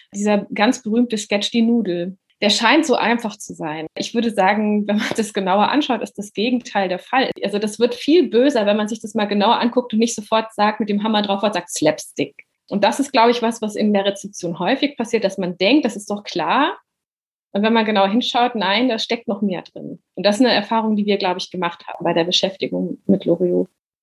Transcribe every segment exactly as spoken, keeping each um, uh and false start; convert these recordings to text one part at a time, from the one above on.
Dieser ganz berühmte Sketch Die Nudel. Der scheint so einfach zu sein. Ich würde sagen, wenn man das genauer anschaut, ist das Gegenteil der Fall. Also das wird viel böser, wenn man sich das mal genauer anguckt und nicht sofort sagt, mit dem Hammer drauf und sagt Slapstick. Und das ist, glaube ich, was, was in der Rezeption häufig passiert, dass man denkt, das ist doch klar. Und wenn man genauer hinschaut, nein, da steckt noch mehr drin. Und das ist eine Erfahrung, die wir, glaube ich, gemacht haben bei der Beschäftigung mit Loriot.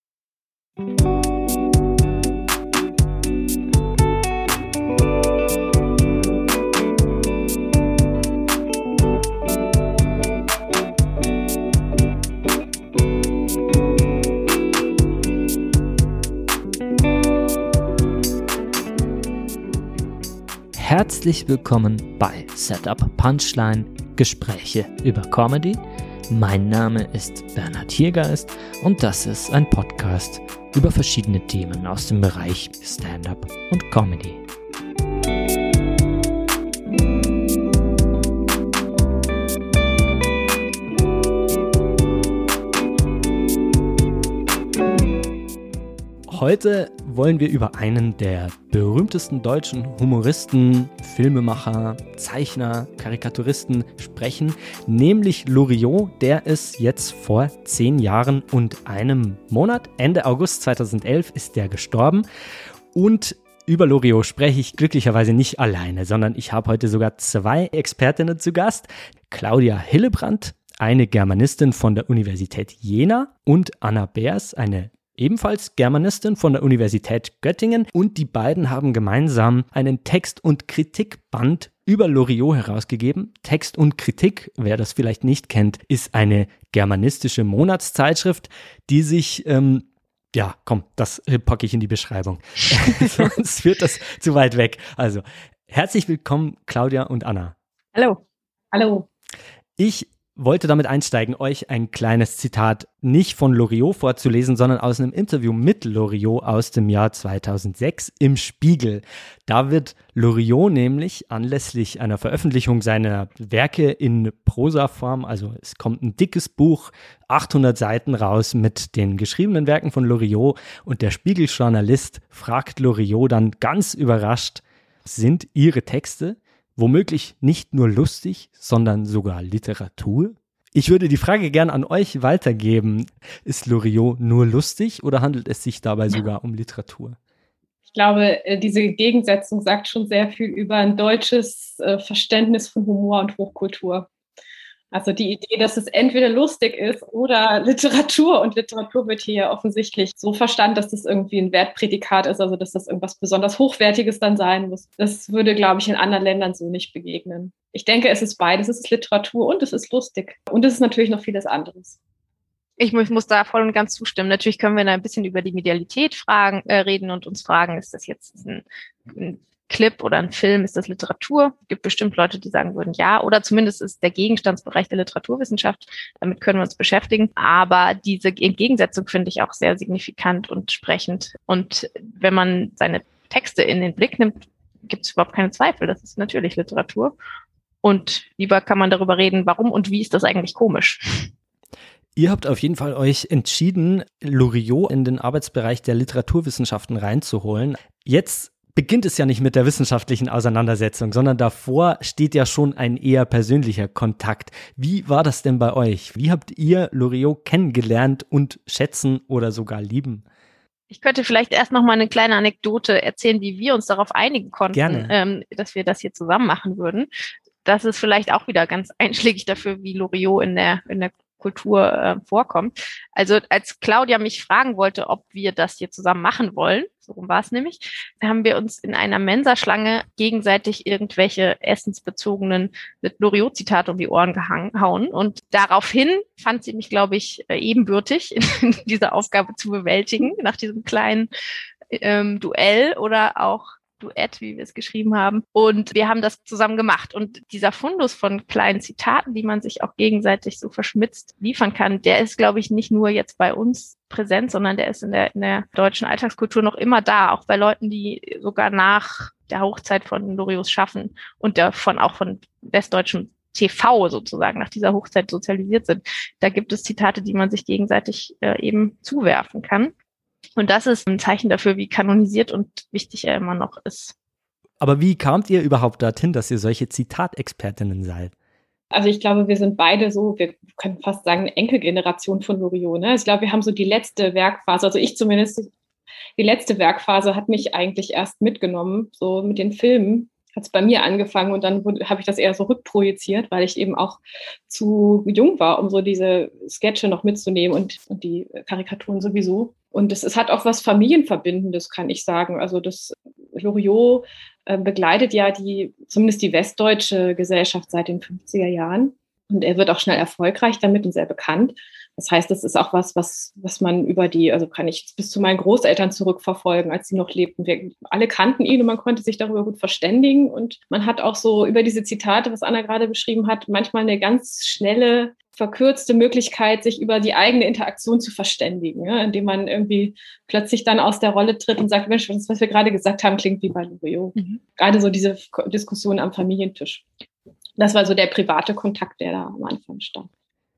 Herzlich willkommen bei Setup Punchline, Gespräche über Comedy. Mein Name ist Bernhard Hiergeist und das ist ein Podcast über verschiedene Themen aus dem Bereich Stand-up und Comedy. Heute wollen wir über einen der berühmtesten deutschen Humoristen, Filmemacher, Zeichner, Karikaturisten sprechen, nämlich Loriot. Der ist jetzt vor zehn Jahren und einem Monat, Ende August zweitausendelf, ist der gestorben. Und über Loriot spreche ich glücklicherweise nicht alleine, sondern ich habe heute sogar zwei Expertinnen zu Gast. Claudia Hillebrandt, eine Germanistin von der Universität Jena, und Anna Beers, eine ebenfalls Germanistin von der Universität Göttingen, und die beiden haben gemeinsam einen Text- und Kritikband über Loriot herausgegeben. Text und Kritik, wer das vielleicht nicht kennt, ist eine germanistische Monatszeitschrift, die sich, ähm, ja, komm, das packe ich in die Beschreibung, sonst wird das zu weit weg. Also, herzlich willkommen, Claudia und Anna. Hallo. Hallo. Ich wollte damit einsteigen, euch ein kleines Zitat nicht von Loriot vorzulesen, sondern aus einem Interview mit Loriot aus dem Jahr zweitausendsechs im Spiegel. Da wird Loriot nämlich anlässlich einer Veröffentlichung seiner Werke in Prosaform, also es kommt ein dickes Buch, achthundert Seiten raus mit den geschriebenen Werken von Loriot, und der Spiegeljournalist fragt Loriot dann ganz überrascht: Sind Ihre Texte womöglich nicht nur lustig, sondern sogar Literatur? Ich würde die Frage gern an euch weitergeben. Ist Loriot nur lustig oder handelt es sich dabei sogar um Literatur? Ich glaube, diese Gegensetzung sagt schon sehr viel über ein deutsches Verständnis von Humor und Hochkultur. Also die Idee, dass es entweder lustig ist oder Literatur, und Literatur wird hier ja offensichtlich so verstanden, dass das irgendwie ein Wertprädikat ist, also dass das irgendwas besonders Hochwertiges dann sein muss. Das würde, glaube ich, in anderen Ländern so nicht begegnen. Ich denke, es ist beides. Es ist Literatur und es ist lustig. Und es ist natürlich noch vieles anderes. Ich muss, muss da voll und ganz zustimmen. Natürlich können wir da ein bisschen über die Medialität fragen, äh, reden und uns fragen, ist das jetzt ein, ein Clip oder ein Film, ist das Literatur? Es gibt bestimmt Leute, die sagen würden, ja, oder zumindest ist der Gegenstandsbereich der Literaturwissenschaft, damit können wir uns beschäftigen. Aber diese Entgegensetzung finde ich auch sehr signifikant und sprechend. Und wenn man seine Texte in den Blick nimmt, gibt es überhaupt keine Zweifel, das ist natürlich Literatur. Und lieber kann man darüber reden, warum und wie ist das eigentlich komisch? Ihr habt auf jeden Fall euch entschieden, Loriot in den Arbeitsbereich der Literaturwissenschaften reinzuholen. Jetzt beginnt es ja nicht mit der wissenschaftlichen Auseinandersetzung, sondern davor steht ja schon ein eher persönlicher Kontakt. Wie war das denn bei euch? Wie habt ihr Loriot kennengelernt und schätzen oder sogar lieben? Ich könnte vielleicht erst noch mal eine kleine Anekdote erzählen, wie wir uns darauf einigen konnten, ähm, dass wir das hier zusammen machen würden. Das ist vielleicht auch wieder ganz einschlägig dafür, wie Loriot in der, in der Kultur äh, vorkommt. Also als Claudia mich fragen wollte, ob wir das hier zusammen machen wollen, so rum war es nämlich, haben wir uns in einer Mensaschlange gegenseitig irgendwelche essensbezogenen Loriot-Zitate um die Ohren gehauen, und daraufhin fand sie mich, glaube ich, ebenbürtig in diese Aufgabe zu bewältigen, nach diesem kleinen ähm, Duell oder auch Duett, wie wir es geschrieben haben. Und wir haben das zusammen gemacht. Und dieser Fundus von kleinen Zitaten, die man sich auch gegenseitig so verschmitzt liefern kann, der ist, glaube ich, nicht nur jetzt bei uns präsent, sondern der ist in der, in der deutschen Alltagskultur noch immer da, auch bei Leuten, die sogar nach der Hochzeit von Loriot schaffen und der von auch von westdeutschem T V sozusagen nach dieser Hochzeit sozialisiert sind. Da gibt es Zitate, die man sich gegenseitig äh, eben zuwerfen kann. Und das ist ein Zeichen dafür, wie kanonisiert und wichtig er immer noch ist. Aber wie kamt ihr überhaupt dorthin, dass ihr solche Zitatexpertinnen seid? Also ich glaube, wir sind beide so, wir können fast sagen, eine Enkelgeneration von Loriot. Ne? Ich glaube, wir haben so die letzte Werkphase, also ich zumindest, die letzte Werkphase hat mich eigentlich erst mitgenommen, so mit den Filmen hat es bei mir angefangen und dann habe ich das eher so rückprojiziert, weil ich eben auch zu jung war, um so diese Sketche noch mitzunehmen und, und die Karikaturen sowieso. Und es, es hat auch was Familienverbindendes, kann ich sagen. Also das Loriot äh, begleitet ja die, zumindest die westdeutsche Gesellschaft seit den fünfziger Jahren. Und er wird auch schnell erfolgreich damit und sehr bekannt. Das heißt, das ist auch was, was, was man über die, also kann ich bis zu meinen Großeltern zurückverfolgen, als sie noch lebten. Wir alle kannten ihn und man konnte sich darüber gut verständigen. Und man hat auch so über diese Zitate, was Anna gerade beschrieben hat, manchmal eine ganz schnelle, verkürzte Möglichkeit, sich über die eigene Interaktion zu verständigen, ja, indem man irgendwie plötzlich dann aus der Rolle tritt und sagt, Mensch, das, was wir gerade gesagt haben, klingt wie bei Loriot. Mhm. Gerade so diese Diskussion am Familientisch. Das war so der private Kontakt, der da am Anfang stand.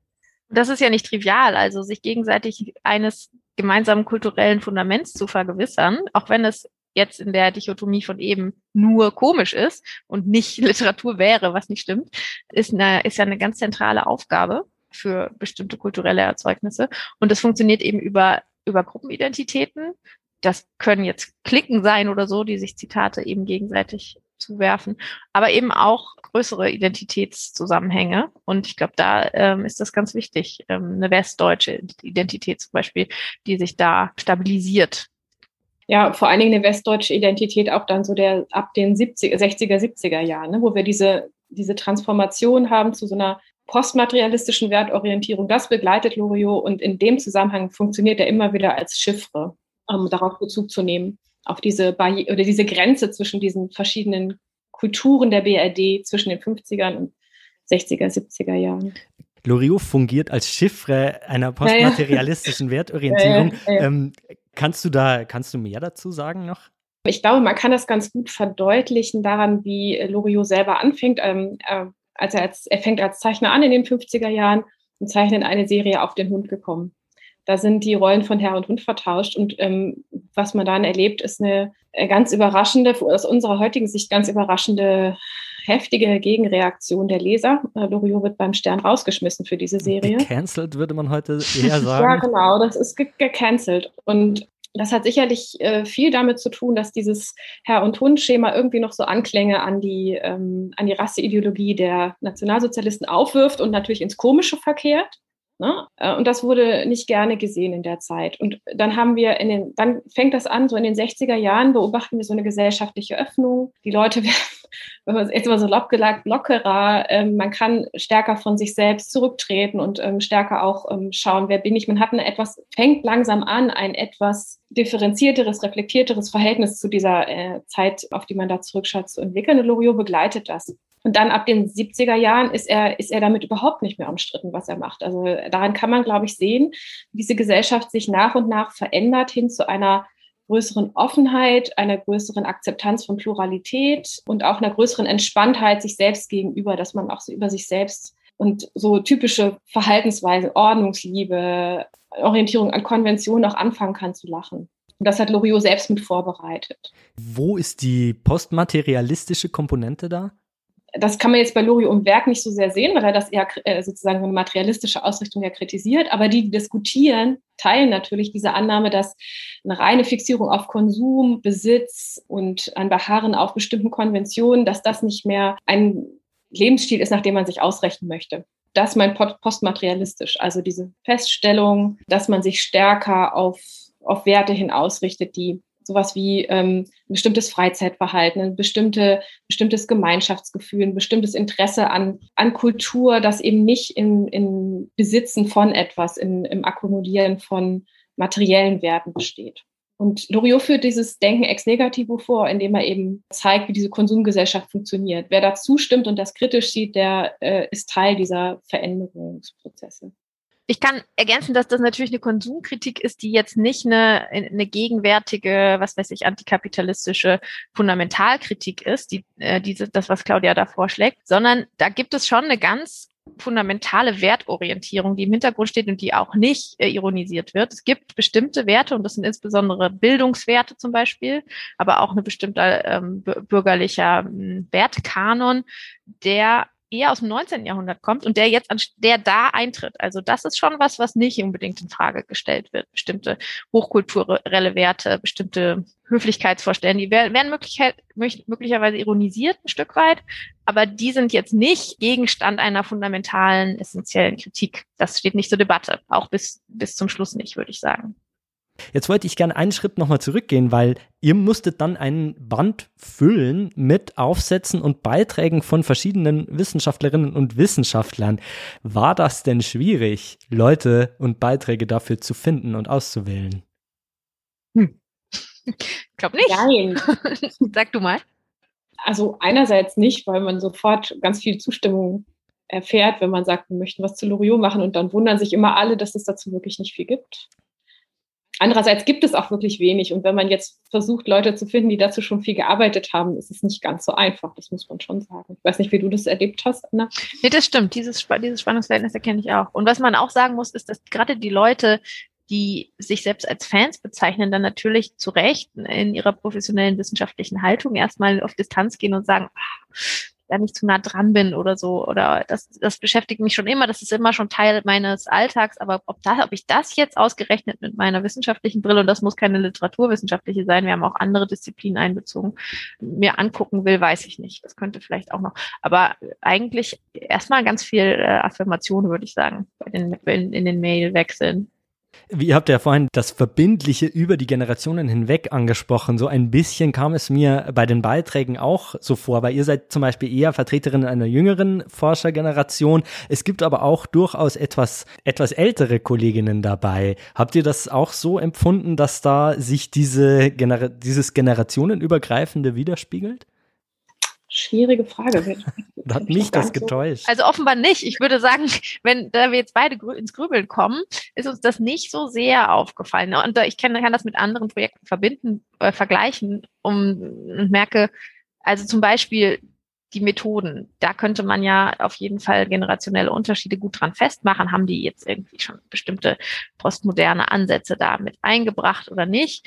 Das ist ja nicht trivial, also sich gegenseitig eines gemeinsamen kulturellen Fundaments zu vergewissern, auch wenn es jetzt in der Dichotomie von eben nur komisch ist und nicht Literatur wäre, was nicht stimmt, ist, eine, ist ja eine ganz zentrale Aufgabe für bestimmte kulturelle Erzeugnisse. Und das funktioniert eben über, über Gruppenidentitäten. Das können jetzt Cliquen sein oder so, die sich Zitate eben gegenseitig zuwerfen, aber eben auch größere Identitätszusammenhänge. Und ich glaube, da ähm, ist das ganz wichtig, ähm, eine westdeutsche Identität zum Beispiel, die sich da stabilisiert. Ja, vor allen Dingen eine westdeutsche Identität auch dann so der ab den siebziger, sechziger, siebziger Jahren, ne, wo wir diese, diese Transformation haben zu so einer postmaterialistischen Wertorientierung. Das begleitet Loriot und in dem Zusammenhang funktioniert er immer wieder als Chiffre, um darauf Bezug zu nehmen, auf diese Barriere oder diese Grenze zwischen diesen verschiedenen Kulturen der B R D zwischen den fünfzigern und sechziger, siebziger Jahren. Loriot fungiert als Chiffre einer postmaterialistischen ja, ja. Wertorientierung. Ja, ja, ja. Ähm, kannst du da, kannst du mehr dazu sagen noch? Ich glaube, man kann das ganz gut verdeutlichen daran, wie Loriot selber anfängt. Ähm, äh, als er, als, er fängt als Zeichner an in den fünfziger Jahren und zeichnet eine Serie Auf den Hund gekommen. Da sind die Rollen von Herr und Hund vertauscht und ähm, was man dann erlebt, ist eine ganz überraschende, aus unserer heutigen Sicht ganz überraschende, heftige Gegenreaktion der Leser. Äh, Loriot wird beim Stern rausgeschmissen für diese Serie. Gecancelt, würde man heute eher sagen. Ja, genau, das ist ge- gecancelt. Und das hat sicherlich äh, viel damit zu tun, dass dieses Herr- und Hund-Schema irgendwie noch so Anklänge an die, ähm, an die Rasseideologie der Nationalsozialisten aufwirft und natürlich ins Komische verkehrt. Ne? Und das wurde nicht gerne gesehen in der Zeit. Und dann haben wir in den, dann fängt das an, so in den sechziger Jahren beobachten wir so eine gesellschaftliche Öffnung. Die Leute werden, wenn man jetzt immer so lob gesagt, lockerer. Ähm, man kann stärker von sich selbst zurücktreten und ähm, stärker auch ähm, schauen, wer bin ich. Man hat eine etwas, fängt langsam an, ein etwas differenzierteres, reflektierteres Verhältnis zu dieser äh, Zeit, auf die man da zurückschaut, zu entwickeln. Und Loriot begleitet das. Und dann ab den siebziger Jahren ist er, ist er damit überhaupt nicht mehr umstritten, was er macht. Also daran kann man, glaube ich, sehen, wie diese Gesellschaft sich nach und nach verändert hin zu einer größeren Offenheit, einer größeren Akzeptanz von Pluralität und auch einer größeren Entspanntheit sich selbst gegenüber, dass man auch so über sich selbst und so typische Verhaltensweisen, Ordnungsliebe, Orientierung an Konventionen auch anfangen kann zu lachen. Und das hat Loriot selbst mit vorbereitet. Wo ist die postmaterialistische Komponente da? Das kann man jetzt bei Loriot im Werk nicht so sehr sehen, weil er das eher äh, sozusagen eine materialistische Ausrichtung ja kritisiert. Aber die, die diskutieren, teilen natürlich diese Annahme, dass eine reine Fixierung auf Konsum, Besitz und ein Beharren auf bestimmten Konventionen, dass das nicht mehr ein Lebensstil ist, nach dem man sich ausrichten möchte. Das meint postmaterialistisch. Also diese Feststellung, dass man sich stärker auf, auf Werte hin ausrichtet, die sowas wie ähm, ein bestimmtes Freizeitverhalten, ein bestimmte, bestimmtes Gemeinschaftsgefühl, ein bestimmtes Interesse an, an Kultur, das eben nicht in, in Besitzen von etwas, in, im Akkumulieren von materiellen Werten besteht. Und Loriot führt dieses Denken ex negativo vor, indem er eben zeigt, wie diese Konsumgesellschaft funktioniert. Wer da zustimmt und das kritisch sieht, der äh, ist Teil dieser Veränderungsprozesse. Ich kann ergänzen, dass das natürlich eine Konsumkritik ist, die jetzt nicht eine, eine gegenwärtige, was weiß ich, antikapitalistische Fundamentalkritik ist, die, äh, diese, das, was Claudia da vorschlägt, sondern da gibt es schon eine ganz fundamentale Wertorientierung, die im Hintergrund steht und die auch nicht äh, ironisiert wird. Es gibt bestimmte Werte und das sind insbesondere Bildungswerte zum Beispiel, aber auch eine bestimmte ähm, bürgerlicher äh, Wertekanon, der eher aus dem neunzehnten Jahrhundert kommt und der jetzt an, der da eintritt. Also das ist schon was, was nicht unbedingt in Frage gestellt wird. Bestimmte hochkulturelle Werte, bestimmte Höflichkeitsvorstellungen, die werden Möglichkeit, möglicherweise ironisiert ein Stück weit, aber die sind jetzt nicht Gegenstand einer fundamentalen, essentiellen Kritik. Das steht nicht zur Debatte, auch bis, bis zum Schluss nicht, würde ich sagen. Jetzt wollte ich gerne einen Schritt nochmal zurückgehen, weil ihr musstet dann einen Band füllen mit Aufsätzen und Beiträgen von verschiedenen Wissenschaftlerinnen und Wissenschaftlern. War das denn schwierig, Leute und Beiträge dafür zu finden und auszuwählen? Hm. Ich glaube nicht. Nein. Sag du mal. Also einerseits nicht, weil man sofort ganz viel Zustimmung erfährt, wenn man sagt, wir möchten was zu Loriot machen und dann wundern sich immer alle, dass es dazu wirklich nicht viel gibt. Andererseits gibt es auch wirklich wenig und wenn man jetzt versucht, Leute zu finden, die dazu schon viel gearbeitet haben, ist es nicht ganz so einfach, das muss man schon sagen. Ich weiß nicht, wie du das erlebt hast, Anna. Nee, das stimmt, dieses, dieses Spannungsverhältnis erkenne ich auch. Und was man auch sagen muss, ist, dass gerade die Leute, die sich selbst als Fans bezeichnen, dann natürlich zu Recht in ihrer professionellen wissenschaftlichen Haltung erstmal auf Distanz gehen und sagen, ah, da nicht zu nah dran bin oder so, oder das, das beschäftigt mich schon immer, das ist immer schon Teil meines Alltags, aber ob das, ob ich das jetzt ausgerechnet mit meiner wissenschaftlichen Brille, und das muss keine literaturwissenschaftliche sein, wir haben auch andere Disziplinen einbezogen, mir angucken will, weiß ich nicht. Das könnte vielleicht auch noch, aber eigentlich erstmal ganz viel äh, Affirmation, würde ich sagen, bei den, in, in den Mailwechseln. Ihr habt ja vorhin das Verbindliche über die Generationen hinweg angesprochen. So ein bisschen kam es mir bei den Beiträgen auch so vor, weil ihr seid zum Beispiel eher Vertreterin einer jüngeren Forschergeneration. Es gibt aber auch durchaus etwas, etwas ältere Kolleginnen dabei. Habt ihr das auch so empfunden, dass da sich diese Gener- dieses generationenübergreifende widerspiegelt? Schwierige Frage. Da hat mich das getäuscht. Also offenbar nicht. Ich würde sagen, wenn da wir jetzt beide grü- ins Grübeln kommen, ist uns das nicht so sehr aufgefallen. Und ich kann, kann das mit anderen Projekten verbinden, äh, vergleichen um, und merke, also zum Beispiel die Methoden, da könnte man ja auf jeden Fall generationelle Unterschiede gut dran festmachen. Haben die jetzt irgendwie schon bestimmte postmoderne Ansätze da mit eingebracht oder nicht?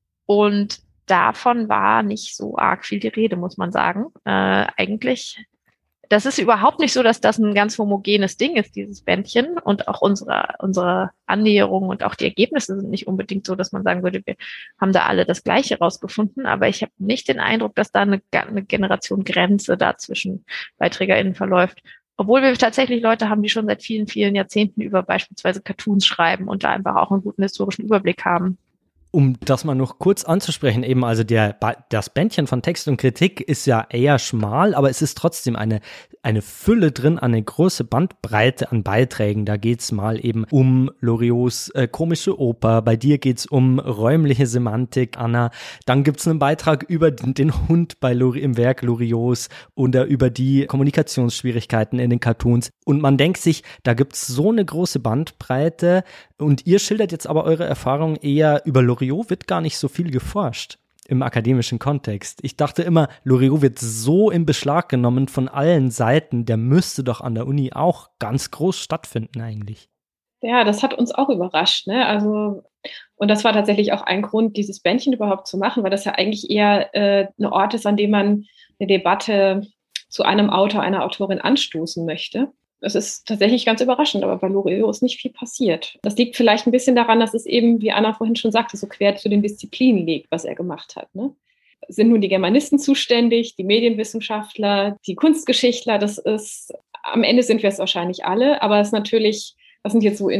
Und davon war nicht so arg viel die Rede, muss man sagen. Äh, eigentlich, das ist überhaupt nicht so, dass das ein ganz homogenes Ding ist, dieses Bändchen. Und auch unsere, unsere Annäherung und auch die Ergebnisse sind nicht unbedingt so, dass man sagen würde, wir haben da alle das Gleiche rausgefunden. Aber ich habe nicht den Eindruck, dass da eine, eine Generationsgrenze da zwischen BeiträgerInnen verläuft. Obwohl wir tatsächlich Leute haben, die schon seit vielen, vielen Jahrzehnten über beispielsweise Cartoons schreiben und da einfach auch einen guten historischen Überblick haben. Um das mal noch kurz anzusprechen, eben also der das Bändchen von Text und Kritik ist ja eher schmal, aber es ist trotzdem eine eine Fülle drin, eine große Bandbreite an Beiträgen. Da geht's mal eben um Loriots äh, komische Oper, bei dir geht's um räumliche Semantik, Anna. Dann gibt's einen Beitrag über den, den Hund bei Lori, im Werk Loriots oder über die Kommunikationsschwierigkeiten in den Cartoons. Und man denkt sich, da gibt's so eine große Bandbreite und ihr schildert jetzt aber eure Erfahrung eher über Loriot, wird gar nicht so viel geforscht im akademischen Kontext. Ich dachte immer, Loriot wird so in Beschlag genommen von allen Seiten, der müsste doch an der Uni auch ganz groß stattfinden eigentlich. Ja, das hat uns auch überrascht, ne? Also, und das war tatsächlich auch ein Grund, dieses Bändchen überhaupt zu machen, weil das ja eigentlich eher äh, ein Ort ist, an dem man eine Debatte zu einem Autor, einer Autorin anstoßen möchte. Das ist tatsächlich ganz überraschend, aber bei Loriot ist nicht viel passiert. Das liegt vielleicht ein bisschen daran, dass es eben, wie Anna vorhin schon sagte, so quer zu den Disziplinen liegt, was er gemacht hat. Ne? Sind nun die Germanisten zuständig, die Medienwissenschaftler, die Kunstgeschichtler, das ist, am Ende sind wir es wahrscheinlich alle, aber es ist natürlich, das sind jetzt so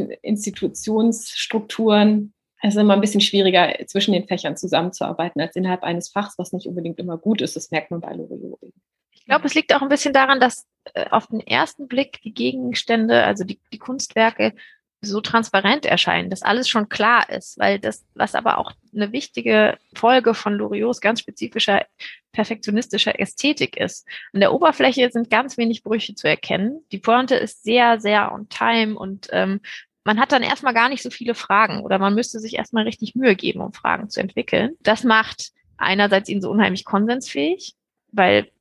Institutionsstrukturen, es ist immer ein bisschen schwieriger, zwischen den Fächern zusammenzuarbeiten, als innerhalb eines Fachs, was nicht unbedingt immer gut ist. Das merkt man bei Loriot. Ich glaube, es liegt auch ein bisschen daran, dass äh, auf den ersten Blick die Gegenstände, also die, die Kunstwerke, so transparent erscheinen, dass alles schon klar ist, weil das, was aber auch eine wichtige Folge von Loriots ganz spezifischer perfektionistischer Ästhetik ist. An der Oberfläche sind ganz wenig Brüche zu erkennen. Die Pointe ist sehr, sehr on time und ähm, man hat dann erstmal gar nicht so viele Fragen oder man müsste sich erstmal richtig Mühe geben, um Fragen zu entwickeln. Das macht einerseits ihn so unheimlich konsensfähig, weil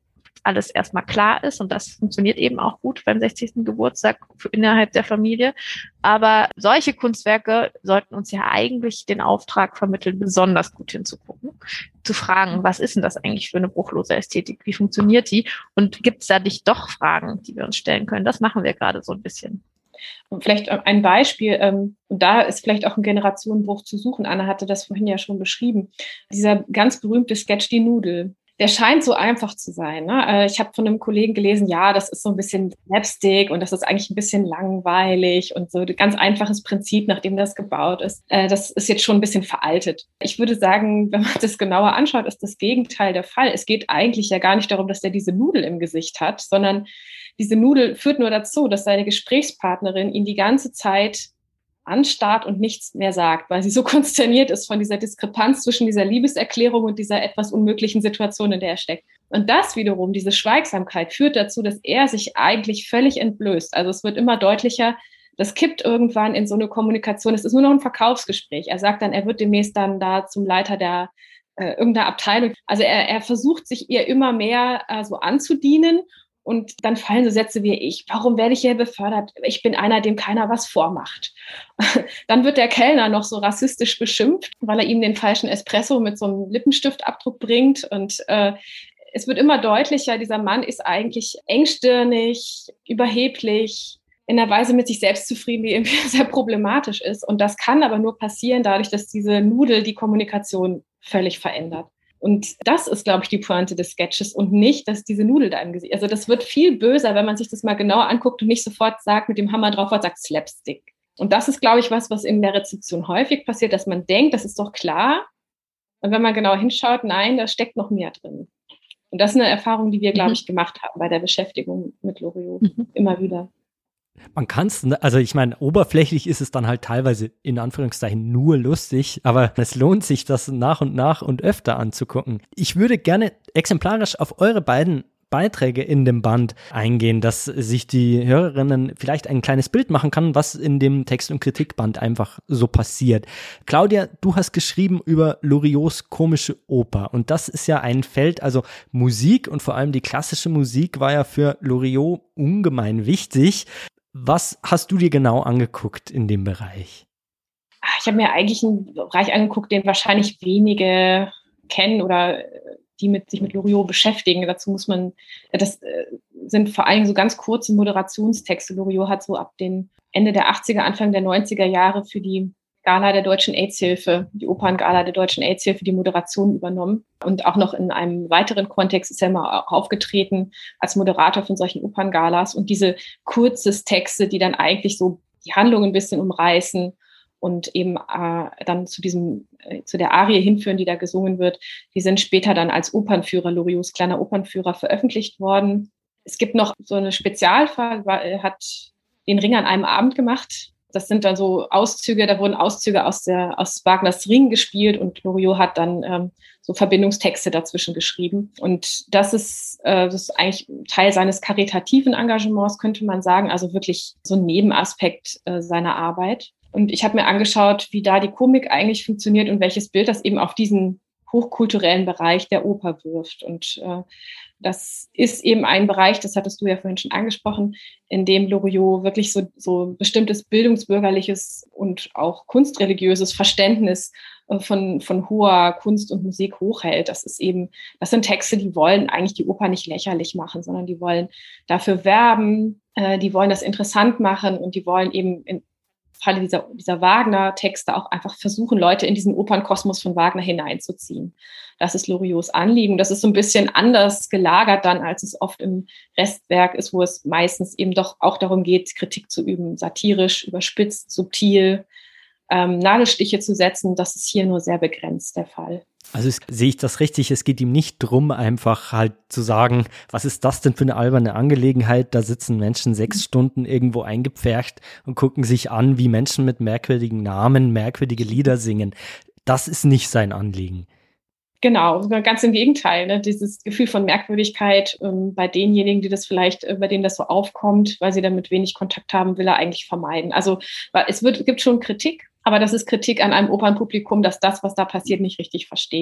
alles erstmal klar ist. Und das funktioniert eben auch gut beim sechzigsten Geburtstag für innerhalb der Familie. Aber solche Kunstwerke sollten uns ja eigentlich den Auftrag vermitteln, besonders gut hinzugucken, zu fragen, was ist denn das eigentlich für eine bruchlose Ästhetik? Wie funktioniert die? Und gibt es da nicht doch Fragen, die wir uns stellen können? Das machen wir gerade so ein bisschen. Und vielleicht ein Beispiel, ähm, und da ist vielleicht auch ein Generationenbruch zu suchen. Anna hatte das vorhin ja schon beschrieben. Dieser ganz berühmte Sketch Die Nudel. Der scheint so einfach zu sein. Ne? Ich habe von einem Kollegen gelesen, ja, das ist so ein bisschen Slapstick und das ist eigentlich ein bisschen langweilig und so ein ganz einfaches Prinzip, nachdem das gebaut ist. Das ist jetzt schon ein bisschen veraltet. Ich würde sagen, wenn man das genauer anschaut, ist das Gegenteil der Fall. Es geht eigentlich ja gar nicht darum, dass der diese Nudel im Gesicht hat, sondern diese Nudel führt nur dazu, dass seine Gesprächspartnerin ihn die ganze Zeit anstarrt und nichts mehr sagt, weil sie so konsterniert ist von dieser Diskrepanz zwischen dieser Liebeserklärung und dieser etwas unmöglichen Situation, in der er steckt. Und das wiederum, diese Schweigsamkeit, führt dazu, dass er sich eigentlich völlig entblößt. Also es wird immer deutlicher, das kippt irgendwann in so eine Kommunikation. Es ist nur noch ein Verkaufsgespräch. Er sagt dann, er wird demnächst dann da zum Leiter der äh, irgendeiner Abteilung. Also er, er versucht, sich ihr immer mehr äh, so anzudienen. Und dann fallen so Sätze wie ich, warum werde ich hier befördert? Ich bin einer, dem keiner was vormacht. Dann wird der Kellner noch so rassistisch beschimpft, weil er ihm den falschen Espresso mit so einem Lippenstiftabdruck bringt. Und äh, es wird immer deutlicher, dieser Mann ist eigentlich engstirnig, überheblich, in einer Weise mit sich selbst zufrieden, die irgendwie sehr problematisch ist. Und das kann aber nur passieren, dadurch, dass diese Nudel die Kommunikation völlig verändert. Und das ist, glaube ich, die Pointe des Sketches und nicht, dass diese Nudel da im Gesicht. Also das wird viel böser, wenn man sich das mal genauer anguckt und nicht sofort sagt, mit dem Hammer drauf und sagt Slapstick. Und das ist, glaube ich, was, was in der Rezeption häufig passiert, dass man denkt, das ist doch klar. Und wenn man genau hinschaut, nein, da steckt noch mehr drin. Und das ist eine Erfahrung, die wir, glaube ich, gemacht haben bei der Beschäftigung mit Loriot. Mhm. Immer wieder. Man kann es, also ich meine, oberflächlich ist es dann halt teilweise in Anführungszeichen nur lustig, aber es lohnt sich, das nach und nach und öfter anzugucken. Ich würde gerne exemplarisch auf eure beiden Beiträge in dem Band eingehen, dass sich die Hörerinnen vielleicht ein kleines Bild machen kann, was in dem Text- und Kritikband einfach so passiert. Claudia, du hast geschrieben über Loriots komische Oper und das ist ja ein Feld, also Musik und vor allem die klassische Musik war ja für Loriot ungemein wichtig. Was hast du dir genau angeguckt in dem Bereich? Ich habe mir eigentlich einen Bereich angeguckt, den wahrscheinlich wenige kennen oder die mit, sich mit Loriot beschäftigen. Dazu muss man, das sind vor allem so ganz kurze Moderationstexte. Loriot hat so ab den Ende der achtziger, Anfang der neunziger Jahre für die Gala der Deutschen AIDS-Hilfe, die Operngala der Deutschen AIDS-Hilfe, die Moderation übernommen. Und auch noch in einem weiteren Kontext ist er mal aufgetreten als Moderator von solchen Operngalas. Und diese Kurztexte, die dann eigentlich so die Handlung ein bisschen umreißen und eben äh, dann zu diesem, äh, zu der Arie hinführen, die da gesungen wird, die sind später dann als Opernführer, Loriots kleiner Opernführer, veröffentlicht worden. Es gibt noch so eine Spezialfall, er hat den Ring an einem Abend gemacht. Das sind dann so Auszüge, da wurden Auszüge aus der aus Wagners Ring gespielt und Loriot hat dann ähm, so Verbindungstexte dazwischen geschrieben. Und das ist, äh, das ist eigentlich Teil seines karitativen Engagements, könnte man sagen, also wirklich so ein Nebenaspekt äh, seiner Arbeit. Und ich habe mir angeschaut, wie da die Komik eigentlich funktioniert und welches Bild das eben auf diesen hochkulturellen Bereich der Oper wirft. Und äh, das ist eben ein Bereich, das hattest du ja vorhin schon angesprochen, in dem Loriot wirklich so, so bestimmtes bildungsbürgerliches und auch kunstreligiöses Verständnis äh, von, von hoher Kunst und Musik hochhält. Das ist eben, das sind Texte, die wollen eigentlich die Oper nicht lächerlich machen, sondern die wollen dafür werben, äh, die wollen das interessant machen und die wollen eben in Falle dieser, dieser Wagner-Texte auch einfach versuchen, Leute in diesen Opernkosmos von Wagner hineinzuziehen. Das ist Loriots Anliegen. Das ist so ein bisschen anders gelagert dann, als es oft im Restwerk ist, wo es meistens eben doch auch darum geht, Kritik zu üben, satirisch, überspitzt, subtil, ähm, Nadelstiche zu setzen. Das ist hier nur sehr begrenzt der Fall. Also es, sehe ich das richtig, es geht ihm nicht drum, einfach halt zu sagen, was ist das denn für eine alberne Angelegenheit, da sitzen Menschen sechs Stunden irgendwo eingepfercht und gucken sich an, wie Menschen mit merkwürdigen Namen merkwürdige Lieder singen. Das ist nicht sein Anliegen. Genau, ganz im Gegenteil. Ne? Dieses Gefühl von Merkwürdigkeit ähm, bei denjenigen, die das vielleicht, äh, bei denen das so aufkommt, weil sie damit wenig Kontakt haben, will er eigentlich vermeiden. Also es wird, gibt schon Kritik, aber das ist Kritik an einem Opernpublikum, das das, was da passiert, nicht richtig versteht.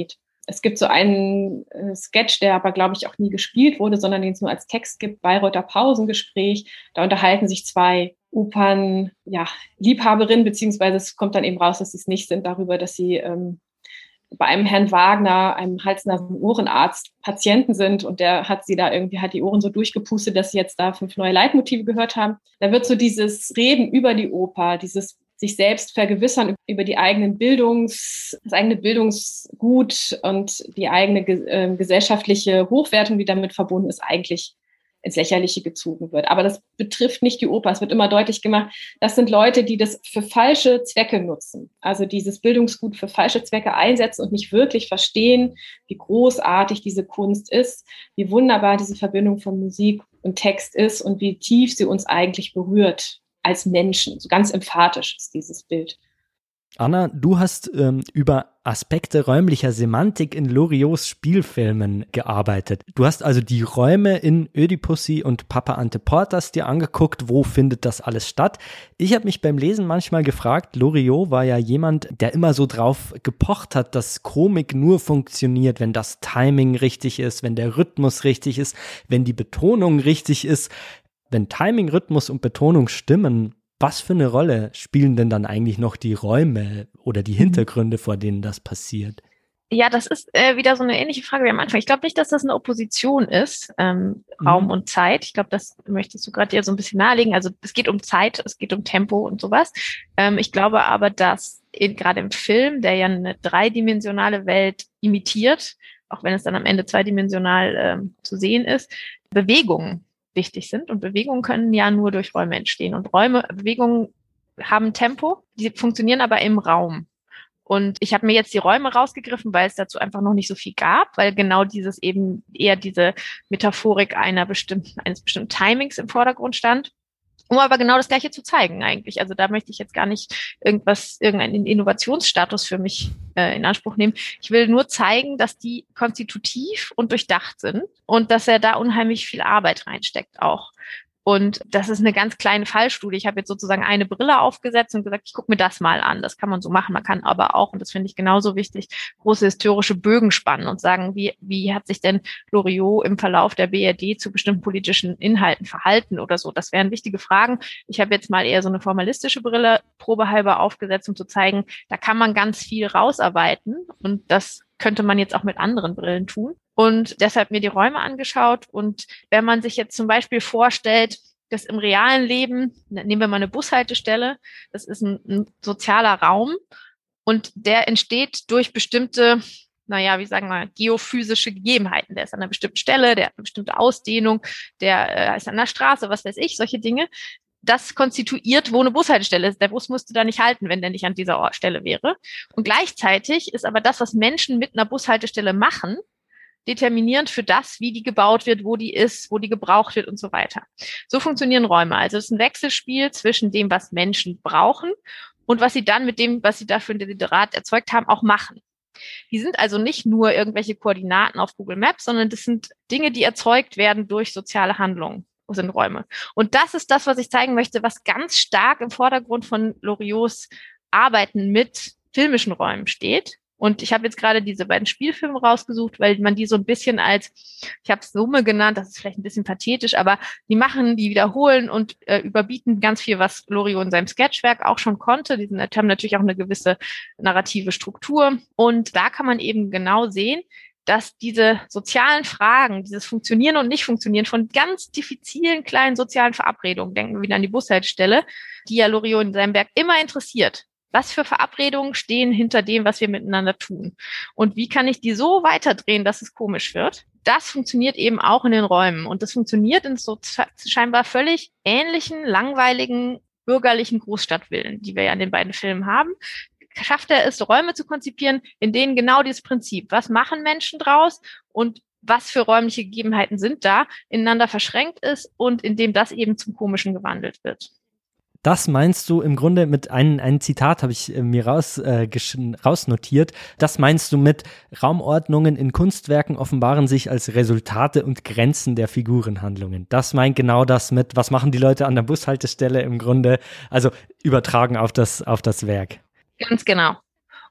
es gibt so einen äh, Sketch, der aber, glaube ich, auch nie gespielt wurde, sondern den es nur als Text gibt, Bayreuther Pausengespräch. Da unterhalten sich zwei Opern, ja, Liebhaberinnen, beziehungsweise es kommt dann eben raus, dass sie es nicht sind, darüber, dass sie ähm, bei einem Herrn Wagner, einem Hals-Nasen-Ohrenarzt, Patienten sind und der hat sie da irgendwie, hat die Ohren so durchgepustet, dass sie jetzt da fünf neue Leitmotive gehört haben. Da wird so dieses Reden über die Oper, dieses sich selbst vergewissern über die eigenen Bildungs, das eigene Bildungsgut und die eigene äh, gesellschaftliche Hochwertung, die damit verbunden ist, eigentlich ins Lächerliche gezogen wird. Aber das betrifft nicht die Oper. Es wird immer deutlich gemacht, das sind Leute, die das für falsche Zwecke nutzen. Also dieses Bildungsgut für falsche Zwecke einsetzen und nicht wirklich verstehen, wie großartig diese Kunst ist, wie wunderbar diese Verbindung von Musik und Text ist und wie tief sie uns eigentlich berührt als Menschen. So ganz emphatisch ist dieses Bild. Anna, du hast ähm, über Aspekte räumlicher Semantik in Loriots Spielfilmen gearbeitet. Du hast also die Räume in Ödipussy und Papa Ante Portas dir angeguckt, wo findet das alles statt. Ich habe mich beim Lesen manchmal gefragt, Loriot war ja jemand, der immer so drauf gepocht hat, dass Komik nur funktioniert, wenn das Timing richtig ist, wenn der Rhythmus richtig ist, wenn die Betonung richtig ist. Wenn Timing, Rhythmus und Betonung stimmen, was für eine Rolle spielen denn dann eigentlich noch die Räume oder die Hintergründe, vor denen das passiert? Ja, das ist äh, wieder so eine ähnliche Frage wie am Anfang. Ich glaube nicht, dass das eine Opposition ist, ähm, mhm. Raum und Zeit. Ich glaube, das möchtest du gerade dir so ein bisschen nahelegen. Also es geht um Zeit, es geht um Tempo und sowas. Ähm, ich glaube aber, dass in, gerade im Film, der ja eine dreidimensionale Welt imitiert, auch wenn es dann am Ende zweidimensional ähm, zu sehen ist, Bewegungen wichtig sind. Und Bewegungen können ja nur durch Räume entstehen. Und Räume, Bewegungen haben Tempo, die funktionieren aber im Raum. Und ich habe mir jetzt die Räume rausgegriffen, weil es dazu einfach noch nicht so viel gab, weil genau dieses eben eher diese Metaphorik einer bestimmten, eines bestimmten Timings im Vordergrund stand. Um aber genau das Gleiche zu zeigen eigentlich. Also da möchte ich jetzt gar nicht irgendwas, irgendeinen Innovationsstatus für mich äh, in Anspruch nehmen. Ich will nur zeigen, dass die konstitutiv und durchdacht sind und dass er da unheimlich viel Arbeit reinsteckt auch. Und das ist eine ganz kleine Fallstudie. Ich habe jetzt sozusagen eine Brille aufgesetzt und gesagt, ich gucke mir das mal an. Das kann man so machen. Man kann aber auch, und das finde ich genauso wichtig, große historische Bögen spannen und sagen, wie, wie hat sich denn Loriot im Verlauf der B R D zu bestimmten politischen Inhalten verhalten oder so. Das wären wichtige Fragen. Ich habe jetzt mal eher so eine formalistische Brille probehalber aufgesetzt, um zu zeigen, da kann man ganz viel rausarbeiten. Und das könnte man jetzt auch mit anderen Brillen tun. Und deshalb mir die Räume angeschaut. Und wenn man sich jetzt zum Beispiel vorstellt, dass im realen Leben, nehmen wir mal eine Bushaltestelle, das ist ein, ein sozialer Raum und der entsteht durch bestimmte, naja, wie sagen wir, geophysische Gegebenheiten. Der ist an einer bestimmten Stelle, der hat eine bestimmte Ausdehnung, der äh, ist an der Straße, was weiß ich, solche Dinge. Das konstituiert, wo eine Bushaltestelle ist. Der Bus müsste da nicht halten, wenn der nicht an dieser Stelle wäre. Und gleichzeitig ist aber das, was Menschen mit einer Bushaltestelle machen, determinierend für das, wie die gebaut wird, wo die ist, wo die gebraucht wird und so weiter. So funktionieren Räume. Also es ist ein Wechselspiel zwischen dem, was Menschen brauchen und was sie dann mit dem, was sie dafür ein Desiderat erzeugt haben, auch machen. Die sind also nicht nur irgendwelche Koordinaten auf Google Maps, sondern das sind Dinge, die erzeugt werden durch soziale Handlungen. Sind Räume. Und das ist das, was ich zeigen möchte, was ganz stark im Vordergrund von Loriots Arbeiten mit filmischen Räumen steht. Und ich habe jetzt gerade diese beiden Spielfilme rausgesucht, weil man die so ein bisschen als, ich habe es Summe genannt, das ist vielleicht ein bisschen pathetisch, aber die machen, die wiederholen und äh, überbieten ganz viel, was Loriot in seinem Sketchwerk auch schon konnte. Die sind, haben natürlich auch eine gewisse narrative Struktur. Und da kann man eben genau sehen, dass diese sozialen Fragen, dieses Funktionieren und Nicht-Funktionieren von ganz diffizilen kleinen sozialen Verabredungen, denken wir wieder an die Bushaltestelle, die ja Loriot in seinem Werk immer interessiert. Was für Verabredungen stehen hinter dem, was wir miteinander tun? Und wie kann ich die so weiterdrehen, dass es komisch wird? Das funktioniert eben auch in den Räumen. Und das funktioniert in so scheinbar völlig ähnlichen, langweiligen, bürgerlichen Großstadtvillen, die wir ja in den beiden Filmen haben. Schafft er es, Räume zu konzipieren, in denen genau dieses Prinzip, was machen Menschen draus und was für räumliche Gegebenheiten sind da, ineinander verschränkt ist und in dem das eben zum Komischen gewandelt wird. Das meinst du im Grunde mit einem ein Zitat, habe ich äh, mir raus, äh, rausnotiert, das meinst du mit Raumordnungen in Kunstwerken offenbaren sich als Resultate und Grenzen der Figurenhandlungen. Das meint genau das mit, was machen die Leute an der Bushaltestelle im Grunde, also übertragen auf das, auf das Werk. Ganz genau.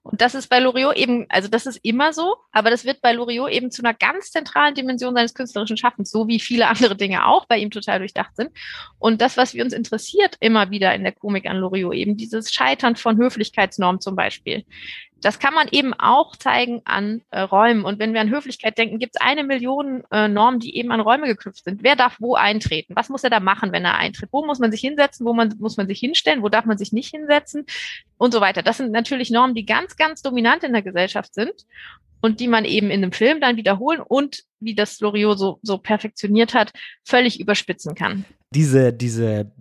Und das ist bei Loriot eben, also das ist immer so, aber das wird bei Loriot eben zu einer ganz zentralen Dimension seines künstlerischen Schaffens, so wie viele andere Dinge auch bei ihm total durchdacht sind. Und das, was wir uns interessiert immer wieder in der Komik an Loriot, eben dieses Scheitern von Höflichkeitsnormen zum Beispiel. Das kann man eben auch zeigen an äh, Räumen. Und wenn wir an Höflichkeit denken, gibt es eine Million äh, Normen, die eben an Räume geknüpft sind. Wer darf wo eintreten? Was muss er da machen, wenn er eintritt? Wo muss man sich hinsetzen? Wo man, muss man sich hinstellen? Wo darf man sich nicht hinsetzen? Und so weiter. Das sind natürlich Normen, die ganz, ganz dominant in der Gesellschaft sind und die man eben in einem Film dann wiederholen und, wie das Loriot so, so perfektioniert hat, völlig überspitzen kann. Diese, diese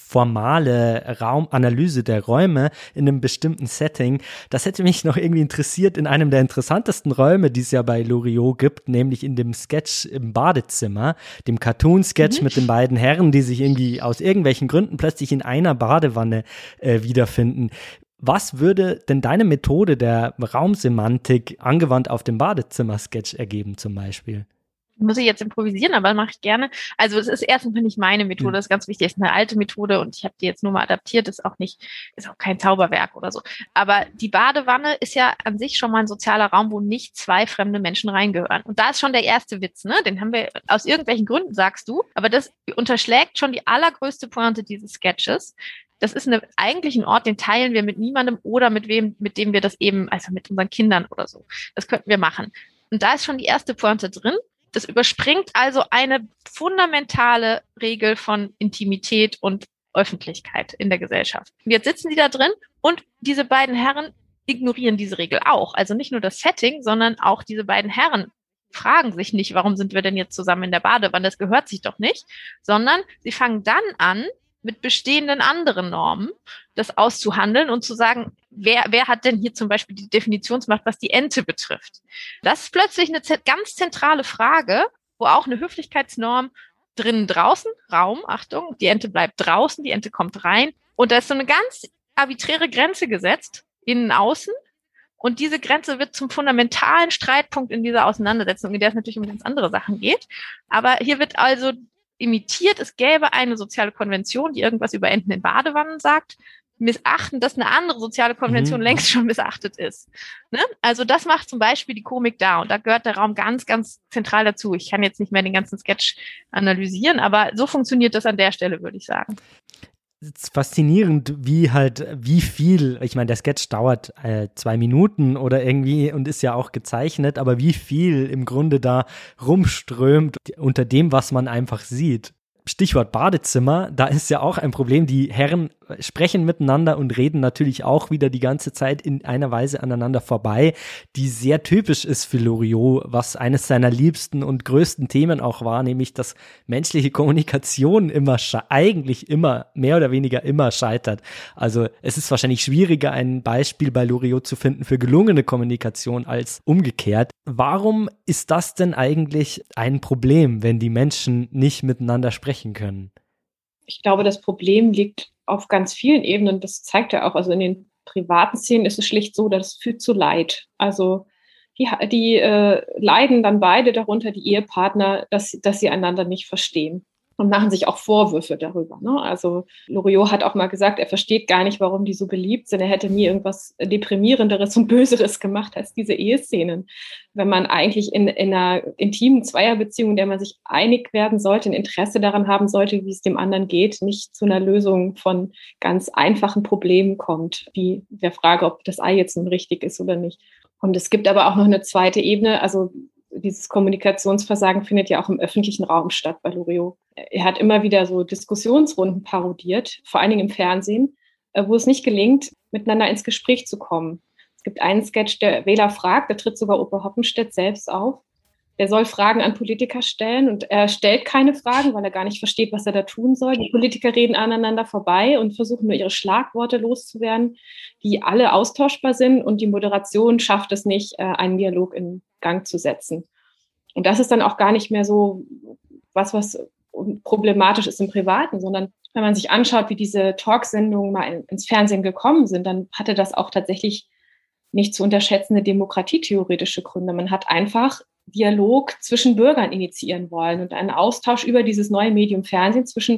formale Raumanalyse der Räume in einem bestimmten Setting, das hätte mich noch irgendwie interessiert in einem der interessantesten Räume, die es ja bei Loriot gibt, nämlich in dem Sketch im Badezimmer, dem Cartoon-Sketch mhm. mit den beiden Herren, die sich irgendwie aus irgendwelchen Gründen plötzlich in einer Badewanne äh, wiederfinden. Was würde denn deine Methode der Raumsemantik angewandt auf dem Badezimmer-Sketch ergeben zum Beispiel? Muss ich jetzt improvisieren, aber mache ich gerne. Also es ist erstens nicht meine Methode, das ist ganz wichtig, es ist eine alte Methode und ich habe die jetzt nur mal adaptiert, ist auch nicht, ist auch kein Zauberwerk oder so. Aber die Badewanne ist ja an sich schon mal ein sozialer Raum, wo nicht zwei fremde Menschen reingehören. Und da ist schon der erste Witz, ne? Den haben wir aus irgendwelchen Gründen, sagst du, aber das unterschlägt schon die allergrößte Pointe dieses Sketches. Das ist eine, eigentlich ein Ort, den teilen wir mit niemandem oder mit wem, mit dem wir das eben, also mit unseren Kindern oder so. Das könnten wir machen. Und da ist schon die erste Pointe drin. Das überspringt also eine fundamentale Regel von Intimität und Öffentlichkeit in der Gesellschaft. Und jetzt sitzen die da drin und diese beiden Herren ignorieren diese Regel auch. Also nicht nur das Setting, sondern auch diese beiden Herren fragen sich nicht, warum sind wir denn jetzt zusammen in der Badewanne? Das gehört sich doch nicht, sondern sie fangen dann an, mit bestehenden anderen Normen das auszuhandeln und zu sagen, wer, wer hat denn hier zum Beispiel die Definitionsmacht, was die Ente betrifft? Das ist plötzlich eine z- ganz zentrale Frage, wo auch eine Höflichkeitsnorm drinnen, draußen, Raum, Achtung, die Ente bleibt draußen, die Ente kommt rein. Und da ist so eine ganz arbiträre Grenze gesetzt, innen, außen. Und diese Grenze wird zum fundamentalen Streitpunkt in dieser Auseinandersetzung, in der es natürlich um ganz andere Sachen geht. Aber hier wird also imitiert, es gäbe eine soziale Konvention, die irgendwas über Enten in Badewannen sagt, missachten, dass eine andere soziale Konvention mhm. längst schon missachtet ist. Ne? Also das macht zum Beispiel die Komik da und da gehört der Raum ganz, ganz zentral dazu. Ich kann jetzt nicht mehr den ganzen Sketch analysieren, aber so funktioniert das an der Stelle, würde ich sagen. Es ist faszinierend, wie halt, wie viel, ich meine, der Sketch dauert äh, zwei Minuten oder irgendwie und ist ja auch gezeichnet, aber wie viel im Grunde da rumströmt unter dem, was man einfach sieht. Stichwort Badezimmer, da ist ja auch ein Problem, die Herren sprechen miteinander und reden natürlich auch wieder die ganze Zeit in einer Weise aneinander vorbei, die sehr typisch ist für Loriot, was eines seiner liebsten und größten Themen auch war, nämlich dass menschliche Kommunikation immer, sche- eigentlich immer, mehr oder weniger immer scheitert. Also es ist wahrscheinlich schwieriger, ein Beispiel bei Loriot zu finden für gelungene Kommunikation als umgekehrt. Warum ist das denn eigentlich ein Problem, wenn die Menschen nicht miteinander sprechen können? Ich glaube, das Problem liegt auf ganz vielen Ebenen. Das zeigt ja auch, also in den privaten Szenen ist es schlicht so, dass es führt zu Leid. Also die, die äh, leiden dann beide darunter, die Ehepartner, dass, dass sie einander nicht verstehen. Und machen sich auch Vorwürfe darüber. Ne? Also Loriot hat auch mal gesagt, er versteht gar nicht, warum die so beliebt sind. Er hätte nie irgendwas Deprimierenderes und Böseres gemacht als diese Eheszenen. Wenn man eigentlich in, in einer intimen Zweierbeziehung, in der man sich einig werden sollte, ein Interesse daran haben sollte, wie es dem anderen geht, nicht zu einer Lösung von ganz einfachen Problemen kommt, wie der Frage, ob das Ei jetzt nun richtig ist oder nicht. Und es gibt aber auch noch eine zweite Ebene, also dieses Kommunikationsversagen findet ja auch im öffentlichen Raum statt bei Loriot. Er hat immer wieder so Diskussionsrunden parodiert, vor allen Dingen im Fernsehen, wo es nicht gelingt, miteinander ins Gespräch zu kommen. Es gibt einen Sketch, der Wähler fragt, da tritt sogar Opa Hoppenstedt selbst auf. Der soll Fragen an Politiker stellen und er stellt keine Fragen, weil er gar nicht versteht, was er da tun soll. Die Politiker reden aneinander vorbei und versuchen nur ihre Schlagworte loszuwerden, die alle austauschbar sind und die Moderation schafft es nicht, einen Dialog in Gang zu setzen. Und das ist dann auch gar nicht mehr so was, was problematisch ist im Privaten, sondern wenn man sich anschaut, wie diese Talksendungen mal ins Fernsehen gekommen sind, dann hatte das auch tatsächlich nicht zu unterschätzende demokratietheoretische Gründe. Man hat einfach Dialog zwischen Bürgern initiieren wollen und einen Austausch über dieses neue Medium Fernsehen zwischen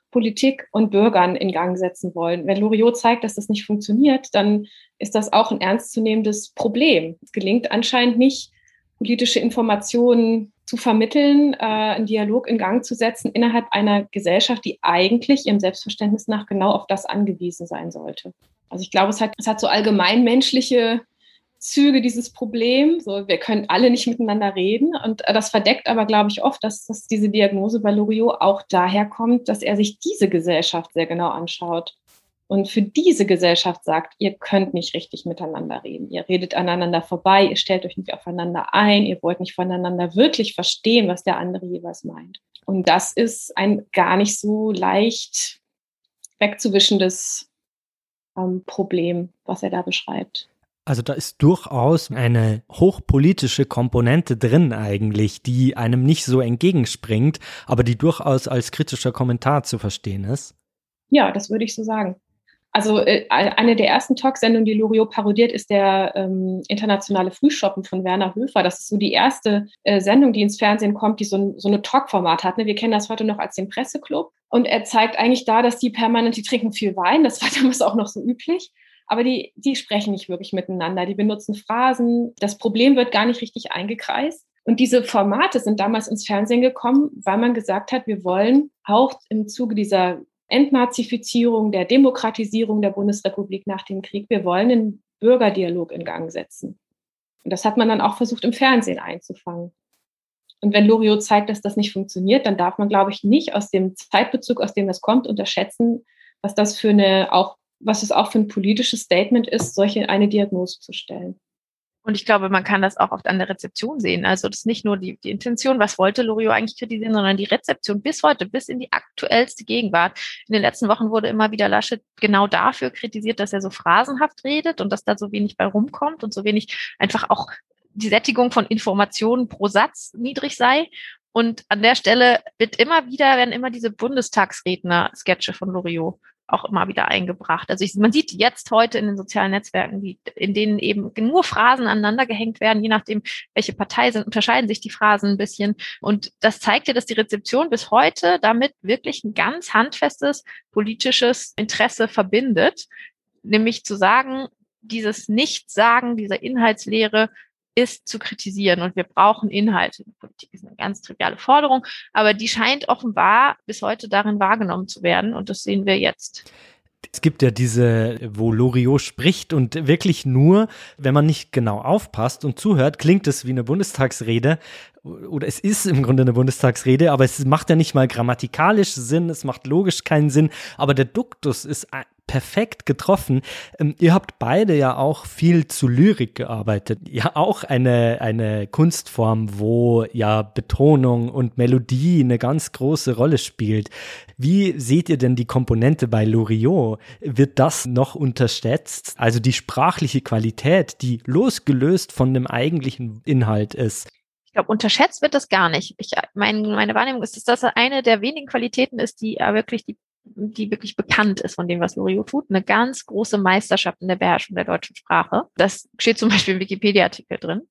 Politik und Bürgern in Gang setzen wollen. Wenn Loriot zeigt, dass das nicht funktioniert, dann ist das auch ein ernstzunehmendes Problem. Es gelingt anscheinend nicht, politische Informationen zu vermitteln, äh, einen Dialog in Gang zu setzen innerhalb einer Gesellschaft, die eigentlich ihrem Selbstverständnis nach genau auf das angewiesen sein sollte. Also ich glaube, es hat, es hat so allgemeinmenschliche Züge, dieses Problem. So, wir können alle nicht miteinander reden. Und das verdeckt aber, glaube ich, oft, dass, dass diese Diagnose bei Loriot auch daher kommt, dass er sich diese Gesellschaft sehr genau anschaut. Und für diese Gesellschaft sagt, ihr könnt nicht richtig miteinander reden. Ihr redet aneinander vorbei, ihr stellt euch nicht aufeinander ein, ihr wollt nicht voneinander wirklich verstehen, was der andere jeweils meint. Und das ist ein gar nicht so leicht wegzuwischendes ähm, Problem, was er da beschreibt. Also da ist durchaus eine hochpolitische Komponente drin eigentlich, die einem nicht so entgegenspringt, aber die durchaus als kritischer Kommentar zu verstehen ist. Ja, das würde ich so sagen. Also äh, eine der ersten Talksendungen, die Loriot parodiert, ist der ähm, internationale Frühschoppen von Werner Höfer. Das ist so die erste äh, Sendung, die ins Fernsehen kommt, die so ein, so eine Talkformat hat. Ne? Wir kennen das heute noch als den Presseclub. Und er zeigt eigentlich da, dass die permanent, die trinken viel Wein. Das war damals auch noch so üblich. Aber die, die sprechen nicht wirklich miteinander. Die benutzen Phrasen. Das Problem wird gar nicht richtig eingekreist. Und diese Formate sind damals ins Fernsehen gekommen, weil man gesagt hat, wir wollen auch im Zuge dieser Entnazifizierung, der Demokratisierung der Bundesrepublik nach dem Krieg, wir wollen einen Bürgerdialog in Gang setzen. Und das hat man dann auch versucht, im Fernsehen einzufangen. Und wenn Loriot zeigt, dass das nicht funktioniert, dann darf man, glaube ich, nicht aus dem Zeitbezug, aus dem das kommt, unterschätzen, was das für eine, auch, was es auch für ein politisches Statement ist, solche eine Diagnose zu stellen. Und ich glaube, man kann das auch oft an der Rezeption sehen. Also das ist nicht nur die, die Intention, was wollte Loriot eigentlich kritisieren, sondern die Rezeption bis heute, bis in die aktuellste Gegenwart. In den letzten Wochen wurde immer wieder Laschet genau dafür kritisiert, dass er so phrasenhaft redet und dass da so wenig bei rumkommt und so wenig einfach auch die Sättigung von Informationen pro Satz niedrig sei. Und an der Stelle wird immer wieder, werden immer diese Bundestagsredner-Sketche von Loriot auch immer wieder eingebracht. Also ich, man sieht jetzt heute in den sozialen Netzwerken, die, in denen eben nur Phrasen aneinander gehängt werden, je nachdem, welche Partei sind, unterscheiden sich die Phrasen ein bisschen. Und das zeigt ja, dass die Rezeption bis heute damit wirklich ein ganz handfestes politisches Interesse verbindet, nämlich zu sagen, dieses Nichtsagen, diese Inhaltslehre ist zu kritisieren und wir brauchen Inhalte. Die Politik ist eine ganz triviale Forderung, aber die scheint offenbar bis heute darin wahrgenommen zu werden und das sehen wir jetzt. Es gibt ja diese, wo Loriot spricht und wirklich nur, wenn man nicht genau aufpasst und zuhört, klingt es wie eine Bundestagsrede oder es ist im Grunde eine Bundestagsrede, aber es macht ja nicht mal grammatikalisch Sinn, es macht logisch keinen Sinn, aber der Duktus ist perfekt getroffen. Ähm, ihr habt beide ja auch viel zu Lyrik gearbeitet. Ja, auch eine, eine Kunstform, wo ja Betonung und Melodie eine ganz große Rolle spielt. Wie seht ihr denn die Komponente bei Loriot? Wird das noch unterschätzt? Also die sprachliche Qualität, die losgelöst von dem eigentlichen Inhalt ist. Ich glaube, unterschätzt wird das gar nicht. Ich, mein, meine Wahrnehmung ist, dass das eine der wenigen Qualitäten ist, die ja wirklich die die wirklich bekannt ist von dem, was Loriot tut, eine ganz große Meisterschaft in der Beherrschung der deutschen Sprache. Das steht zum Beispiel im Wikipedia-Artikel drin.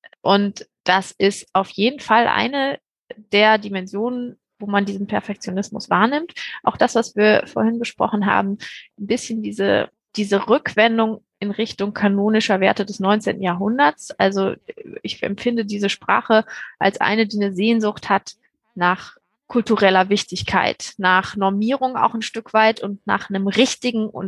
Und das ist auf jeden Fall eine der Dimensionen, wo man diesen Perfektionismus wahrnimmt. Auch das, was wir vorhin besprochen haben, ein bisschen diese, diese Rückwendung in Richtung kanonischer Werte des neunzehnten Jahrhunderts. Also ich empfinde diese Sprache als eine, die eine Sehnsucht hat nach kultureller Wichtigkeit, nach Normierung auch ein Stück weit und nach einem richtigen und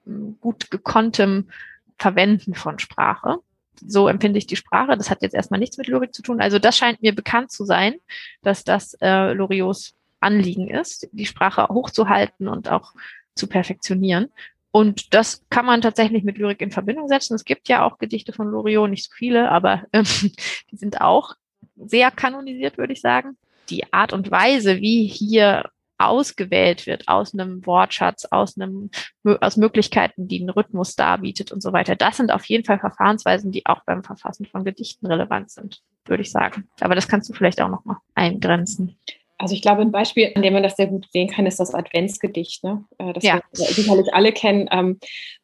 gut gekonntem Verwenden von Sprache. So empfinde ich die Sprache. Das hat jetzt erstmal nichts mit Lyrik zu tun. Also das scheint mir bekannt zu sein, dass das äh, Loriots Anliegen ist, die Sprache hochzuhalten und auch zu perfektionieren. Und das kann man tatsächlich mit Lyrik in Verbindung setzen. Es gibt ja auch Gedichte von Loriot, nicht so viele, aber ähm, die sind auch sehr kanonisiert, würde ich sagen. Die Art und Weise, wie hier ausgewählt wird aus einem Wortschatz, aus einem, aus Möglichkeiten, die einen Rhythmus darbietet und so weiter. Das sind auf jeden Fall Verfahrensweisen, die auch beim Verfassen von Gedichten relevant sind, würde ich sagen. Aber das kannst du vielleicht auch nochmal eingrenzen. Also ich glaube, ein Beispiel, an dem man das sehr gut sehen kann, ist das Adventsgedicht, ne? Das ja. wir sicherlich alle kennen.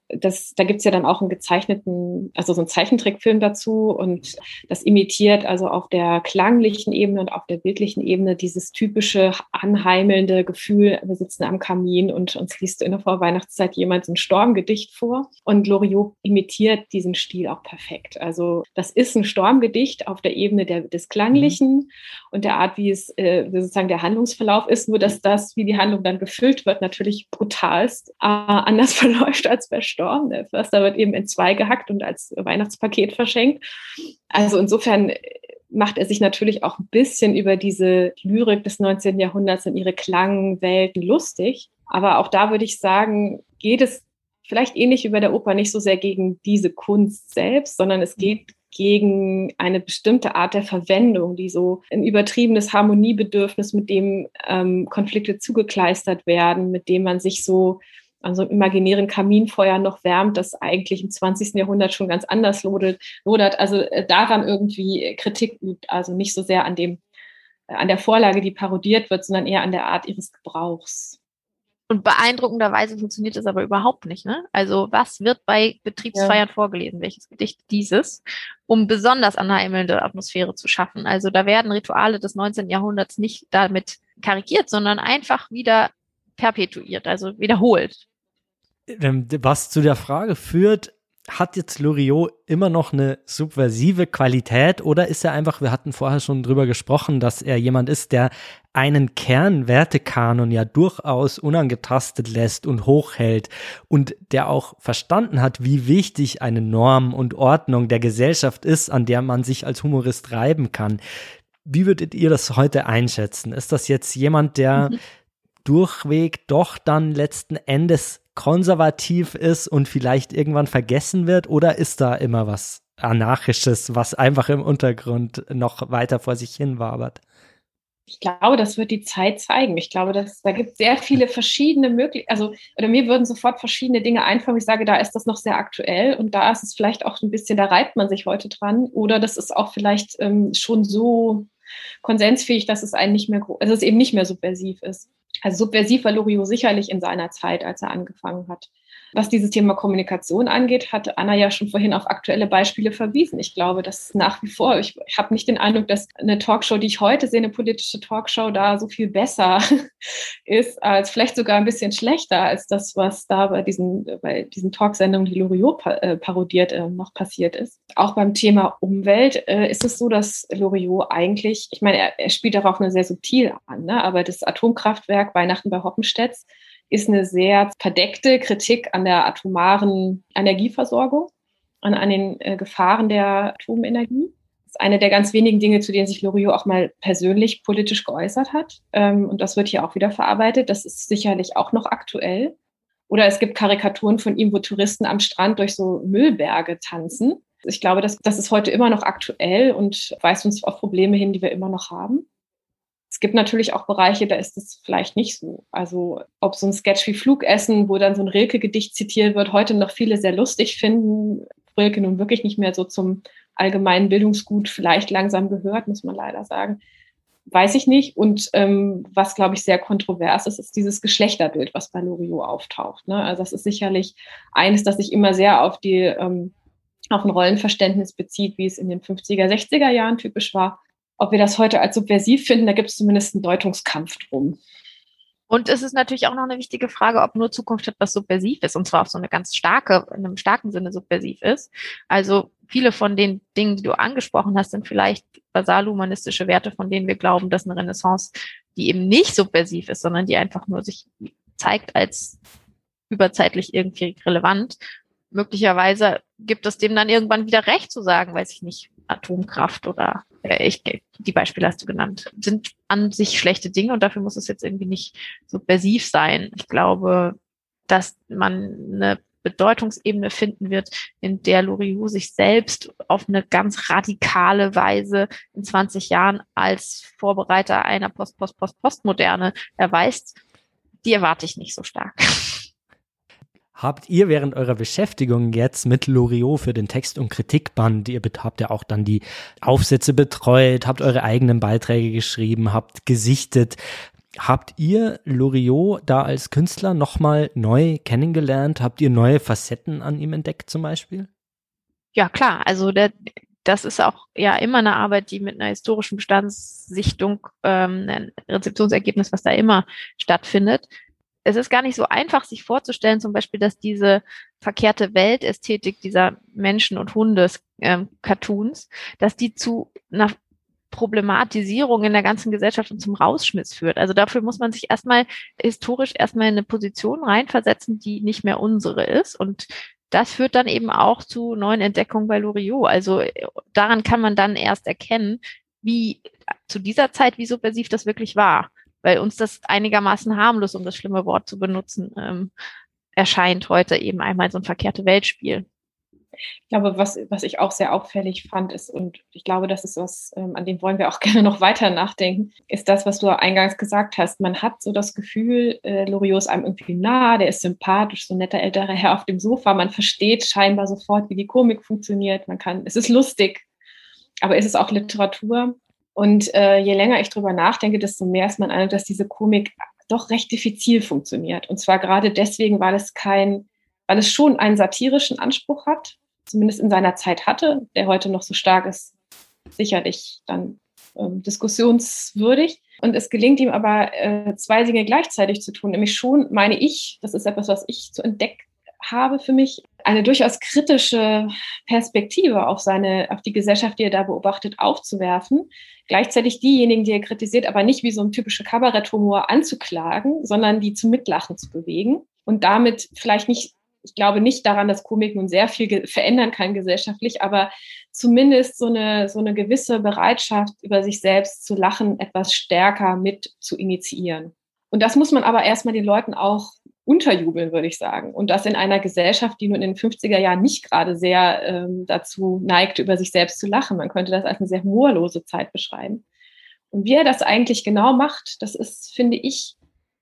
das, da gibt's ja dann auch einen gezeichneten, also so einen Zeichentrickfilm dazu und das imitiert also auf der klanglichen Ebene und auf der bildlichen Ebene dieses typische anheimelnde Gefühl, wir sitzen am Kamin und uns liest in der Vorweihnachtszeit jemand ein Stormgedicht vor und Loriot imitiert diesen Stil auch perfekt. Also das ist ein Stormgedicht auf der Ebene der, des Klanglichen mhm. und der Art, wie es äh, sozusagen der Handlungsverlauf ist, nur dass das, wie die Handlung dann gefüllt wird, natürlich brutalst äh, anders verläuft als bei Storm. Der Förster wird eben in zwei gehackt und als Weihnachtspaket verschenkt. Also insofern macht er sich natürlich auch ein bisschen über diese Lyrik des neunzehnten Jahrhunderts und ihre Klangwelten lustig. Aber auch da würde ich sagen, geht es vielleicht ähnlich wie bei der Oper nicht so sehr gegen diese Kunst selbst, sondern es geht gegen eine bestimmte Art der Verwendung, die so ein übertriebenes Harmoniebedürfnis, mit dem ähm, Konflikte zugekleistert werden, mit dem man sich so an so einem imaginären Kaminfeuer noch wärmt, das eigentlich im zwanzigsten Jahrhundert schon ganz anders lodert. lodert. Also äh, daran irgendwie Kritik übt, also nicht so sehr an dem, äh, an der Vorlage, die parodiert wird, sondern eher an der Art ihres Gebrauchs. Und beeindruckenderweise funktioniert das aber überhaupt nicht, ne? Also was wird bei Betriebsfeiern ja. vorgelesen? Welches Gedicht dieses? Um besonders anheimelnde Atmosphäre zu schaffen. Also da werden Rituale des neunzehnten Jahrhunderts nicht damit karikiert, sondern einfach wieder perpetuiert, also wiederholt. Was zu der Frage führt, hat jetzt Loriot immer noch eine subversive Qualität oder ist er einfach, wir hatten vorher schon drüber gesprochen, dass er jemand ist, der einen Kernwertekanon ja durchaus unangetastet lässt und hochhält und der auch verstanden hat, wie wichtig eine Norm und Ordnung der Gesellschaft ist, an der man sich als Humorist reiben kann. Wie würdet ihr das heute einschätzen? Ist das jetzt jemand, der mhm. durchweg doch dann letzten Endes konservativ ist und vielleicht irgendwann vergessen wird, oder ist da immer was Anarchisches, was einfach im Untergrund noch weiter vor sich hin wabert? Ich glaube, das wird die Zeit zeigen. Ich glaube, dass, da gibt es sehr viele verschiedene Möglichkeiten. Also, oder mir würden sofort verschiedene Dinge einfallen. Ich sage, da ist das noch sehr aktuell und da ist es vielleicht auch ein bisschen, da reibt man sich heute dran. Oder das ist auch vielleicht ähm, schon so konsensfähig, dass es einen nicht mehr, also es eben nicht mehr subversiv ist. Also subversiv war Loriot sicherlich in seiner Zeit, als er angefangen hat. Was dieses Thema Kommunikation angeht, hat Anna ja schon vorhin auf aktuelle Beispiele verwiesen. Ich glaube, dass nach wie vor, ich, ich habe nicht den Eindruck, dass eine Talkshow, die ich heute sehe, eine politische Talkshow, da so viel besser ist, als vielleicht sogar ein bisschen schlechter als das, was da bei diesen, bei diesen Talksendungen, die Loriot pa- äh, parodiert, äh, noch passiert ist. Auch beim Thema Umwelt äh, ist es so, dass Loriot eigentlich, ich meine, er, er spielt darauf nur sehr subtil an, ne? Aber das Atomkraftwerk Weihnachten bei Hoppenstedt ist eine sehr verdeckte Kritik an der atomaren Energieversorgung, an, an den äh, Gefahren der Atomenergie. Das ist eine der ganz wenigen Dinge, zu denen sich Loriot auch mal persönlich politisch geäußert hat. Ähm, und das wird hier auch wieder verarbeitet. Das ist sicherlich auch noch aktuell. Oder es gibt Karikaturen von ihm, wo Touristen am Strand durch so Müllberge tanzen. Ich glaube, das, das ist heute immer noch aktuell und weist uns auf Probleme hin, die wir immer noch haben. Es gibt natürlich auch Bereiche, da ist es vielleicht nicht so. Also ob so ein Sketch wie Flugessen, wo dann so ein Rilke-Gedicht zitiert wird, heute noch viele sehr lustig finden. Rilke nun wirklich nicht mehr so zum allgemeinen Bildungsgut vielleicht langsam gehört, muss man leider sagen. Weiß ich nicht. Und ähm, was, glaube ich, sehr kontrovers ist, ist dieses Geschlechterbild, was bei Loriot auftaucht. Ne? Also das ist sicherlich eines, das sich immer sehr auf die ähm, auf ein Rollenverständnis bezieht, wie es in den fünfziger, sechziger Jahren typisch war. Ob wir das heute als subversiv finden, da gibt es zumindest einen Deutungskampf drum. Und es ist natürlich auch noch eine wichtige Frage, ob nur Zukunft etwas subversiv ist, und zwar auf so eine ganz starke, in einem starken Sinne subversiv ist. Also viele von den Dingen, die du angesprochen hast, sind vielleicht basal-humanistische Werte, von denen wir glauben, dass eine Renaissance, die eben nicht subversiv ist, sondern die einfach nur sich zeigt als überzeitlich irgendwie relevant. Möglicherweise gibt es dem dann irgendwann wieder recht zu sagen, weiß ich nicht, Atomkraft oder äh, ich, die Beispiele hast du genannt, sind an sich schlechte Dinge und dafür muss es jetzt irgendwie nicht subversiv sein. Ich glaube, dass man eine Bedeutungsebene finden wird, in der Loriot sich selbst auf eine ganz radikale Weise in zwanzig Jahren als Vorbereiter einer Post-Post-Post-Postmoderne erweist. Die erwarte ich nicht so stark. Habt ihr während eurer Beschäftigung jetzt mit Loriot für den Text- und Kritikband, ihr habt ja auch dann die Aufsätze betreut, habt eure eigenen Beiträge geschrieben, habt gesichtet, Habt ihr Loriot da als Künstler nochmal neu kennengelernt? Habt ihr neue Facetten an ihm entdeckt zum Beispiel? Ja, klar. Also der, das ist auch ja immer eine Arbeit, die mit einer historischen Bestandssichtung, ähm, ein Rezeptionsergebnis, was da immer stattfindet. Es ist gar nicht so einfach, sich vorzustellen, zum Beispiel, dass diese verkehrte Weltästhetik dieser Menschen- und Hundes-Cartoons, ähm, dass die zu einer Problematisierung in der ganzen Gesellschaft und zum Rausschmiss führt. Also dafür muss man sich erstmal historisch erstmal in eine Position reinversetzen, die nicht mehr unsere ist. Und das führt dann eben auch zu neuen Entdeckungen bei Loriot. Also daran kann man dann erst erkennen, wie zu dieser Zeit, wie subversiv das wirklich war. Weil uns das einigermaßen harmlos, um das schlimme Wort zu benutzen, ähm, erscheint heute eben einmal so ein verkehrte Weltspiel. Ich glaube, was, was ich auch sehr auffällig fand ist, und ich glaube, das ist was, ähm, an dem wollen wir auch gerne noch weiter nachdenken, ist das, was du eingangs gesagt hast. Man hat so das Gefühl, äh, Loriot ist einem irgendwie nah, der ist sympathisch, so ein netter älterer Herr auf dem Sofa. Man versteht scheinbar sofort, wie die Komik funktioniert. Man kann, es ist lustig, aber es ist auch Literatur. Und äh, je länger ich drüber nachdenke, desto mehr ist man an, dass diese Komik doch recht diffizil funktioniert. Und zwar gerade deswegen, weil es kein, weil es schon einen satirischen Anspruch hat, zumindest in seiner Zeit hatte, der heute noch so stark ist, sicherlich dann ähm, diskussionswürdig. Und es gelingt ihm aber, äh, zwei Dinge gleichzeitig zu tun. Nämlich schon, meine ich, das ist etwas, was ich zu entdecken habe für mich, eine durchaus kritische Perspektive auf seine, auf die Gesellschaft, die er da beobachtet, aufzuwerfen. Gleichzeitig diejenigen, die er kritisiert, aber nicht wie so ein typischer Kabaretthumor anzuklagen, sondern die zum Mitlachen zu bewegen und damit vielleicht nicht, ich glaube nicht daran, dass Komik nun sehr viel ge- verändern kann gesellschaftlich, aber zumindest so eine, so eine gewisse Bereitschaft, über sich selbst zu lachen, etwas stärker mit zu initiieren. Und das muss man aber erstmal den Leuten auch unterjubeln, würde ich sagen. Und das in einer Gesellschaft, die nun in den fünfziger Jahren nicht gerade sehr ähm, dazu neigt, über sich selbst zu lachen. Man könnte das als eine sehr humorlose Zeit beschreiben. Und wie er das eigentlich genau macht, das ist, finde ich,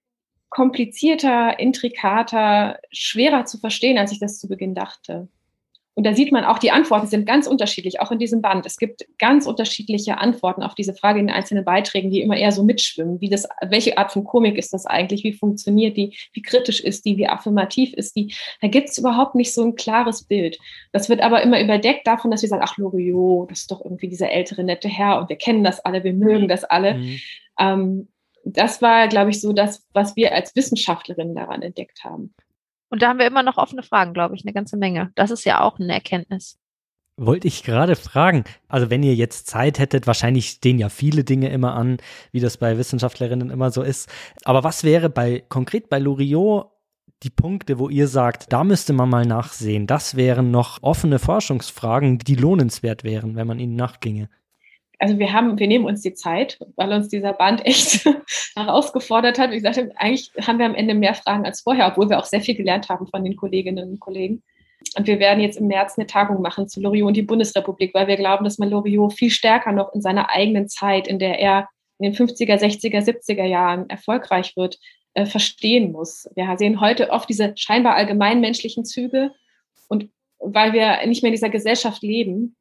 komplizierter, intrikater, schwerer zu verstehen, als ich das zu Beginn dachte. Und da sieht man auch, die Antworten sind ganz unterschiedlich, auch in diesem Band. Es gibt ganz unterschiedliche Antworten auf diese Frage in den einzelnen Beiträgen, die immer eher so mitschwimmen. Wie das, welche Art von Komik ist das eigentlich? Wie funktioniert die? Wie kritisch ist die? Wie affirmativ ist die? Da gibt es überhaupt nicht so ein klares Bild. Das wird aber immer überdeckt davon, dass wir sagen, ach, Loriot, das ist doch irgendwie dieser ältere, nette Herr und wir kennen das alle, wir mögen das alle. Mhm. Ähm, das war, glaube ich, so das, was wir als Wissenschaftlerinnen daran entdeckt haben. Und da haben wir immer noch offene Fragen, glaube ich, eine ganze Menge. Das ist ja auch eine Erkenntnis. Wollte ich gerade fragen. Also wenn ihr jetzt Zeit hättet, wahrscheinlich stehen ja viele Dinge immer an, wie das bei Wissenschaftlerinnen immer so ist. Aber was wäre bei konkret bei Loriot die Punkte, wo ihr sagt, da müsste man mal nachsehen? Das wären noch offene Forschungsfragen, die lohnenswert wären, wenn man ihnen nachginge. Also wir haben, wir nehmen uns die Zeit, weil uns dieser Band echt herausgefordert hat. Wie gesagt, eigentlich haben wir am Ende mehr Fragen als vorher, obwohl wir auch sehr viel gelernt haben von den Kolleginnen und Kollegen. Und wir werden jetzt im März eine Tagung machen zu Loriot und die Bundesrepublik, weil wir glauben, dass man Loriot viel stärker noch in seiner eigenen Zeit, in der er in den fünfziger, sechziger, siebziger Jahren erfolgreich wird, äh, verstehen muss. Wir sehen heute oft diese scheinbar allgemeinmenschlichen Züge und weil wir nicht mehr in dieser Gesellschaft leben,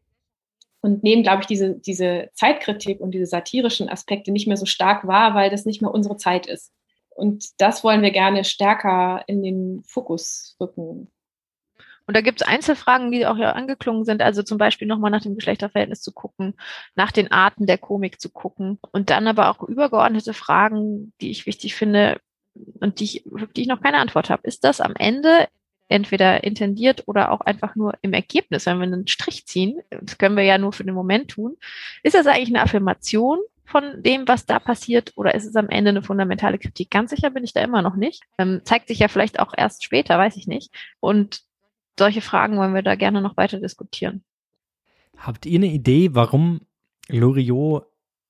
und nehmen, glaube ich, diese, diese Zeitkritik und diese satirischen Aspekte nicht mehr so stark wahr, weil das nicht mehr unsere Zeit ist. Und das wollen wir gerne stärker in den Fokus rücken. Und da gibt es Einzelfragen, die auch ja angeklungen sind, also zum Beispiel nochmal nach dem Geschlechterverhältnis zu gucken, nach den Arten der Komik zu gucken und dann aber auch übergeordnete Fragen, die ich wichtig finde und die ich, die ich noch keine Antwort habe. Ist das am Ende entweder intendiert oder auch einfach nur im Ergebnis, wenn wir einen Strich ziehen, das können wir ja nur für den Moment tun, ist das eigentlich eine Affirmation von dem, was da passiert, oder ist es am Ende eine fundamentale Kritik? Ganz sicher bin ich da immer noch nicht. Ähm, zeigt sich ja vielleicht auch erst später, weiß ich nicht. Und solche Fragen wollen wir da gerne noch weiter diskutieren. Habt ihr eine Idee, warum Loriot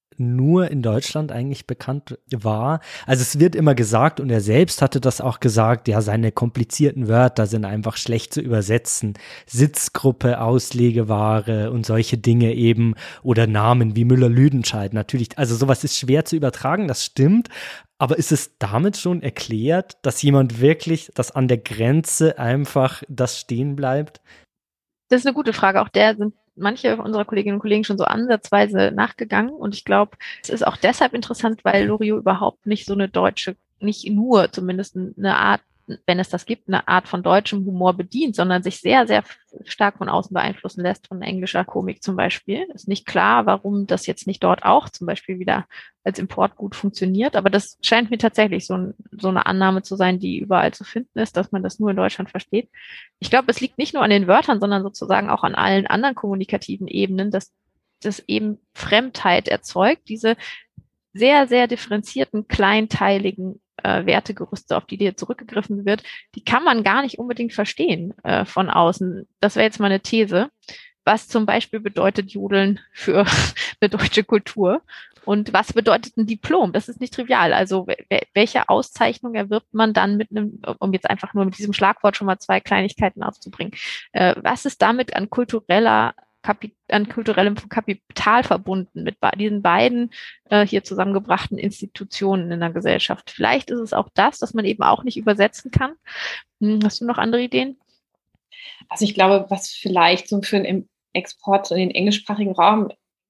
nur in Deutschland eigentlich bekannt war? Also es wird immer gesagt, und er selbst hatte das auch gesagt, ja, seine komplizierten Wörter sind einfach schlecht zu übersetzen. Sitzgruppe, Auslegeware und solche Dinge eben, oder Namen wie Müller-Lüdenscheid natürlich. Also sowas ist schwer zu übertragen, das stimmt. Aber ist es damit schon erklärt, dass jemand wirklich, dass an der Grenze einfach das stehen bleibt? Das ist eine gute Frage. Auch der sind manche unserer Kolleginnen und Kollegen schon so ansatzweise nachgegangen. Und ich glaube, es ist auch deshalb interessant, weil Loriot überhaupt nicht so eine deutsche, nicht nur zumindest eine Art, wenn es das gibt, eine Art von deutschem Humor bedient, sondern sich sehr, sehr stark von außen beeinflussen lässt, von englischer Komik zum Beispiel. Ist nicht klar, warum das jetzt nicht dort auch zum Beispiel wieder als Import gut funktioniert, aber das scheint mir tatsächlich so, ein, so eine Annahme zu sein, die überall zu finden ist, dass man das nur in Deutschland versteht. Ich glaube, es liegt nicht nur an den Wörtern, sondern sozusagen auch an allen anderen kommunikativen Ebenen, dass das eben Fremdheit erzeugt, diese sehr, sehr differenzierten, kleinteiligen äh, Wertegerüste, auf die dir zurückgegriffen wird, die kann man gar nicht unbedingt verstehen äh, von außen. Das wäre jetzt mal eine These. Was zum Beispiel bedeutet Jodeln für eine deutsche Kultur? Und was bedeutet ein Diplom? Das ist nicht trivial. Also welche Auszeichnung erwirbt man dann mit einem, um jetzt einfach nur mit diesem Schlagwort schon mal zwei Kleinigkeiten aufzubringen? Äh, was ist damit an kultureller Kapi- an kulturellem Kapital verbunden mit be- diesen beiden äh, hier zusammengebrachten Institutionen in der Gesellschaft? Vielleicht ist es auch das, dass man eben auch nicht übersetzen kann. Hm, hast du noch andere Ideen? Also ich glaube, was vielleicht so für einen Export in den englischsprachigen Raum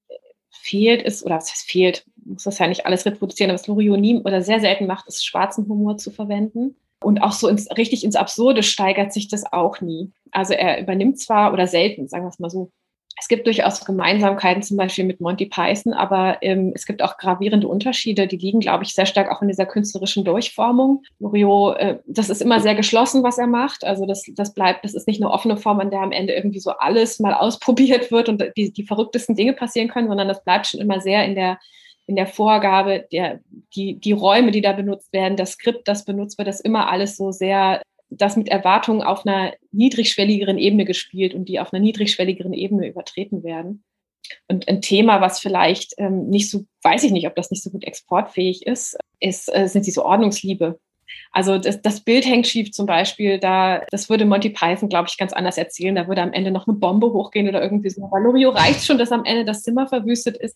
fehlt, ist, oder was heißt fehlt, muss das ja nicht alles reproduzieren, aber was Loriot nie oder sehr selten macht, ist schwarzen Humor zu verwenden. Und auch so ins, richtig ins Absurde steigert sich das auch nie. Also er übernimmt zwar, oder selten, sagen wir es mal so, es gibt durchaus Gemeinsamkeiten, zum Beispiel mit Monty Python, aber ähm, es gibt auch gravierende Unterschiede, die liegen, glaube ich, sehr stark auch in dieser künstlerischen Durchformung. Loriot, äh, das ist immer sehr geschlossen, was er macht. Also das, das bleibt, das ist nicht eine offene Form, an der am Ende irgendwie so alles mal ausprobiert wird und die, die verrücktesten Dinge passieren können, sondern das bleibt schon immer sehr in der, in der Vorgabe, der, die, die Räume, die da benutzt werden, das Skript, das benutzt wird, das immer alles so sehr, das mit Erwartungen auf einer niedrigschwelligeren Ebene gespielt und die auf einer niedrigschwelligeren Ebene übertreten werden. Und ein Thema, was vielleicht ähm, nicht so, weiß ich nicht, ob das nicht so gut exportfähig ist, ist äh, sind diese Ordnungsliebe. Also das, das Bild hängt schief zum Beispiel, da, das würde Monty Python, glaube ich, ganz anders erzählen. Da würde am Ende noch eine Bombe hochgehen oder irgendwie so. Bei Loriot reicht schon, dass am Ende das Zimmer verwüstet ist.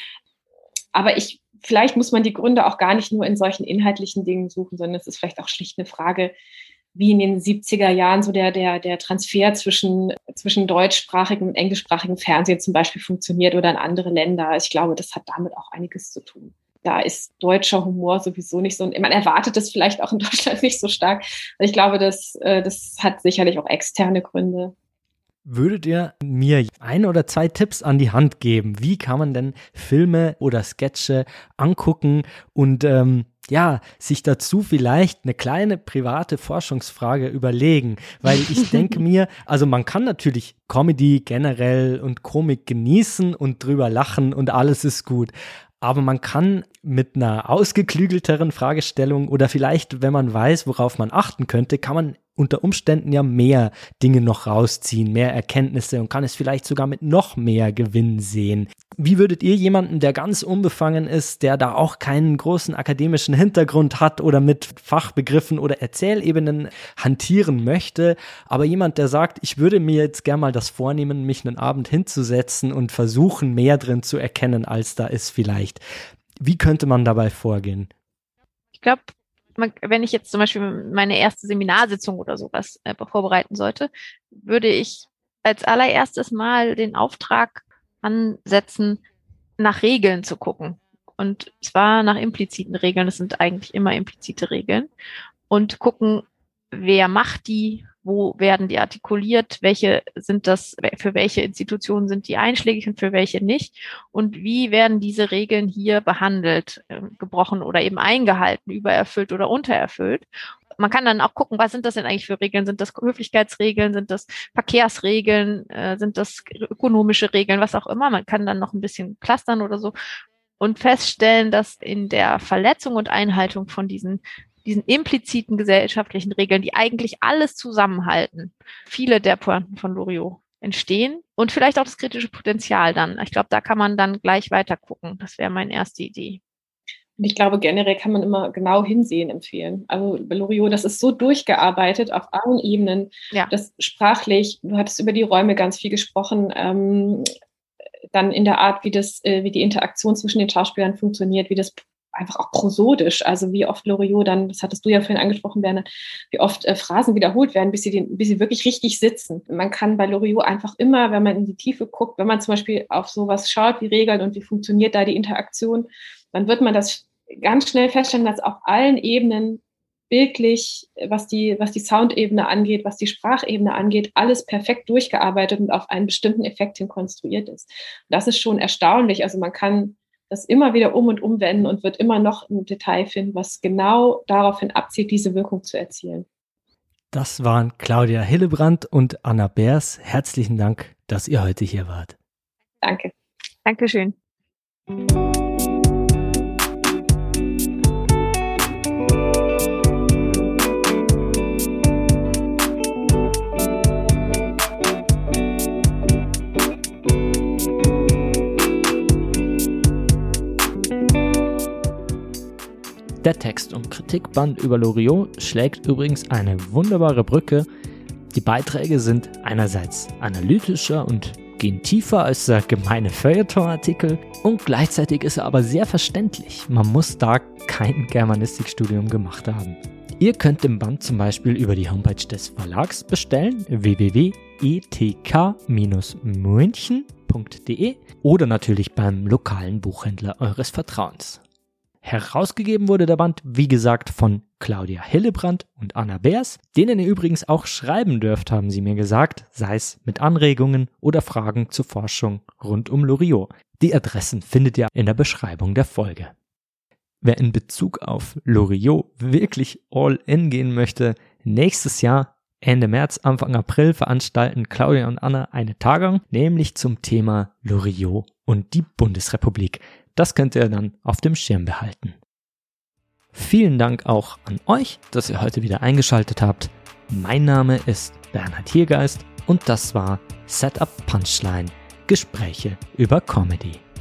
Aber ich, vielleicht muss man die Gründe auch gar nicht nur in solchen inhaltlichen Dingen suchen, sondern es ist vielleicht auch schlicht eine Frage, wie in den siebziger Jahren so der, der, der Transfer zwischen, zwischen deutschsprachigem und englischsprachigem Fernsehen zum Beispiel funktioniert oder in andere Länder. Ich glaube, das hat damit auch einiges zu tun. Da ist deutscher Humor sowieso nicht so, man erwartet es vielleicht auch in Deutschland nicht so stark. Ich glaube, das, das hat sicherlich auch externe Gründe. Würdet ihr mir ein oder zwei Tipps an die Hand geben? Wie kann man denn Filme oder Sketche angucken und ähm, ja, sich dazu vielleicht eine kleine private Forschungsfrage überlegen? Weil ich denke mir, also man kann natürlich Comedy generell und Komik genießen und drüber lachen und alles ist gut. Aber man kann mit einer ausgeklügelteren Fragestellung oder vielleicht, wenn man weiß, worauf man achten könnte, kann man unter Umständen ja mehr Dinge noch rausziehen, mehr Erkenntnisse und kann es vielleicht sogar mit noch mehr Gewinn sehen. Wie würdet ihr jemanden, der ganz unbefangen ist, der da auch keinen großen akademischen Hintergrund hat oder mit Fachbegriffen oder Erzählebenen hantieren möchte, aber jemand, der sagt, ich würde mir jetzt gerne mal das vornehmen, mich einen Abend hinzusetzen und versuchen, mehr drin zu erkennen, als da ist vielleicht. Wie könnte man dabei vorgehen? Ich glaube, wenn ich jetzt zum Beispiel meine erste Seminarsitzung oder sowas äh, vorbereiten sollte, würde ich als allererstes mal den Auftrag ansetzen, nach Regeln zu gucken. Und zwar nach impliziten Regeln, das sind eigentlich immer implizite Regeln. Und gucken, wer macht die, wo werden die artikuliert, welche sind das, für welche Institutionen sind die einschlägig und für welche nicht und wie werden diese Regeln hier behandelt, äh, gebrochen oder eben eingehalten, übererfüllt oder untererfüllt. Man kann dann auch gucken, was sind das denn eigentlich für Regeln? Sind das Höflichkeitsregeln, sind das Verkehrsregeln, äh, sind das ökonomische Regeln, was auch immer. Man kann dann noch ein bisschen clustern oder so und feststellen, dass in der Verletzung und Einhaltung von diesen diesen impliziten gesellschaftlichen Regeln, die eigentlich alles zusammenhalten, viele der Pointen von Loriot entstehen und vielleicht auch das kritische Potenzial dann. Ich glaube, da kann man dann gleich weiter gucken. Das wäre meine erste Idee. Und ich glaube, generell kann man immer genau hinsehen empfehlen. Also bei Loriot, das ist so durchgearbeitet auf allen Ebenen, ja. Das sprachlich, du hattest über die Räume ganz viel gesprochen, ähm, dann in der Art, wie das, äh, wie die Interaktion zwischen den Schauspielern funktioniert, wie das einfach auch prosodisch, also wie oft Loriot dann, das hattest du ja vorhin angesprochen, Bernhard, wie oft äh, Phrasen wiederholt werden, bis sie, den, bis sie wirklich richtig sitzen. Man kann bei Loriot einfach immer, wenn man in die Tiefe guckt, wenn man zum Beispiel auf sowas schaut, wie Regeln und wie funktioniert da die Interaktion, dann wird man das ganz schnell feststellen, dass auf allen Ebenen bildlich, was die, was die Soundebene angeht, was die Sprachebene angeht, alles perfekt durchgearbeitet und auf einen bestimmten Effekt hin konstruiert ist. Und das ist schon erstaunlich. Also man kann das immer wieder um und umwenden und wird immer noch ein Detail finden, was genau daraufhin abzielt, diese Wirkung zu erzielen. Das waren Claudia Hillebrand und Anna Beers. Herzlichen Dank, dass ihr heute hier wart. Danke. Dankeschön. Der Text- und Kritikband über Loriot schlägt übrigens eine wunderbare Brücke. Die Beiträge sind einerseits analytischer und gehen tiefer als der gemeine Feuilleton-Artikel und gleichzeitig ist er aber sehr verständlich. Man muss da kein Germanistikstudium gemacht haben. Ihr könnt den Band zum Beispiel über die Homepage des Verlags bestellen, w w w punkt e t k münchen punkt d e oder natürlich beim lokalen Buchhändler eures Vertrauens. Herausgegeben wurde der Band, wie gesagt, von Claudia Hillebrand und Anna Beers, denen ihr übrigens auch schreiben dürft, haben sie mir gesagt, sei es mit Anregungen oder Fragen zur Forschung rund um Loriot. Die Adressen findet ihr in der Beschreibung der Folge. Wer in Bezug auf Loriot wirklich all in gehen möchte, nächstes Jahr, Ende März, Anfang April veranstalten Claudia und Anna eine Tagung, nämlich zum Thema Loriot und die Bundesrepublik. Das könnt ihr dann auf dem Schirm behalten. Vielen Dank auch an euch, dass ihr heute wieder eingeschaltet habt. Mein Name ist Bernhard Hiergeist und das war Setup Punchline, Gespräche über Comedy.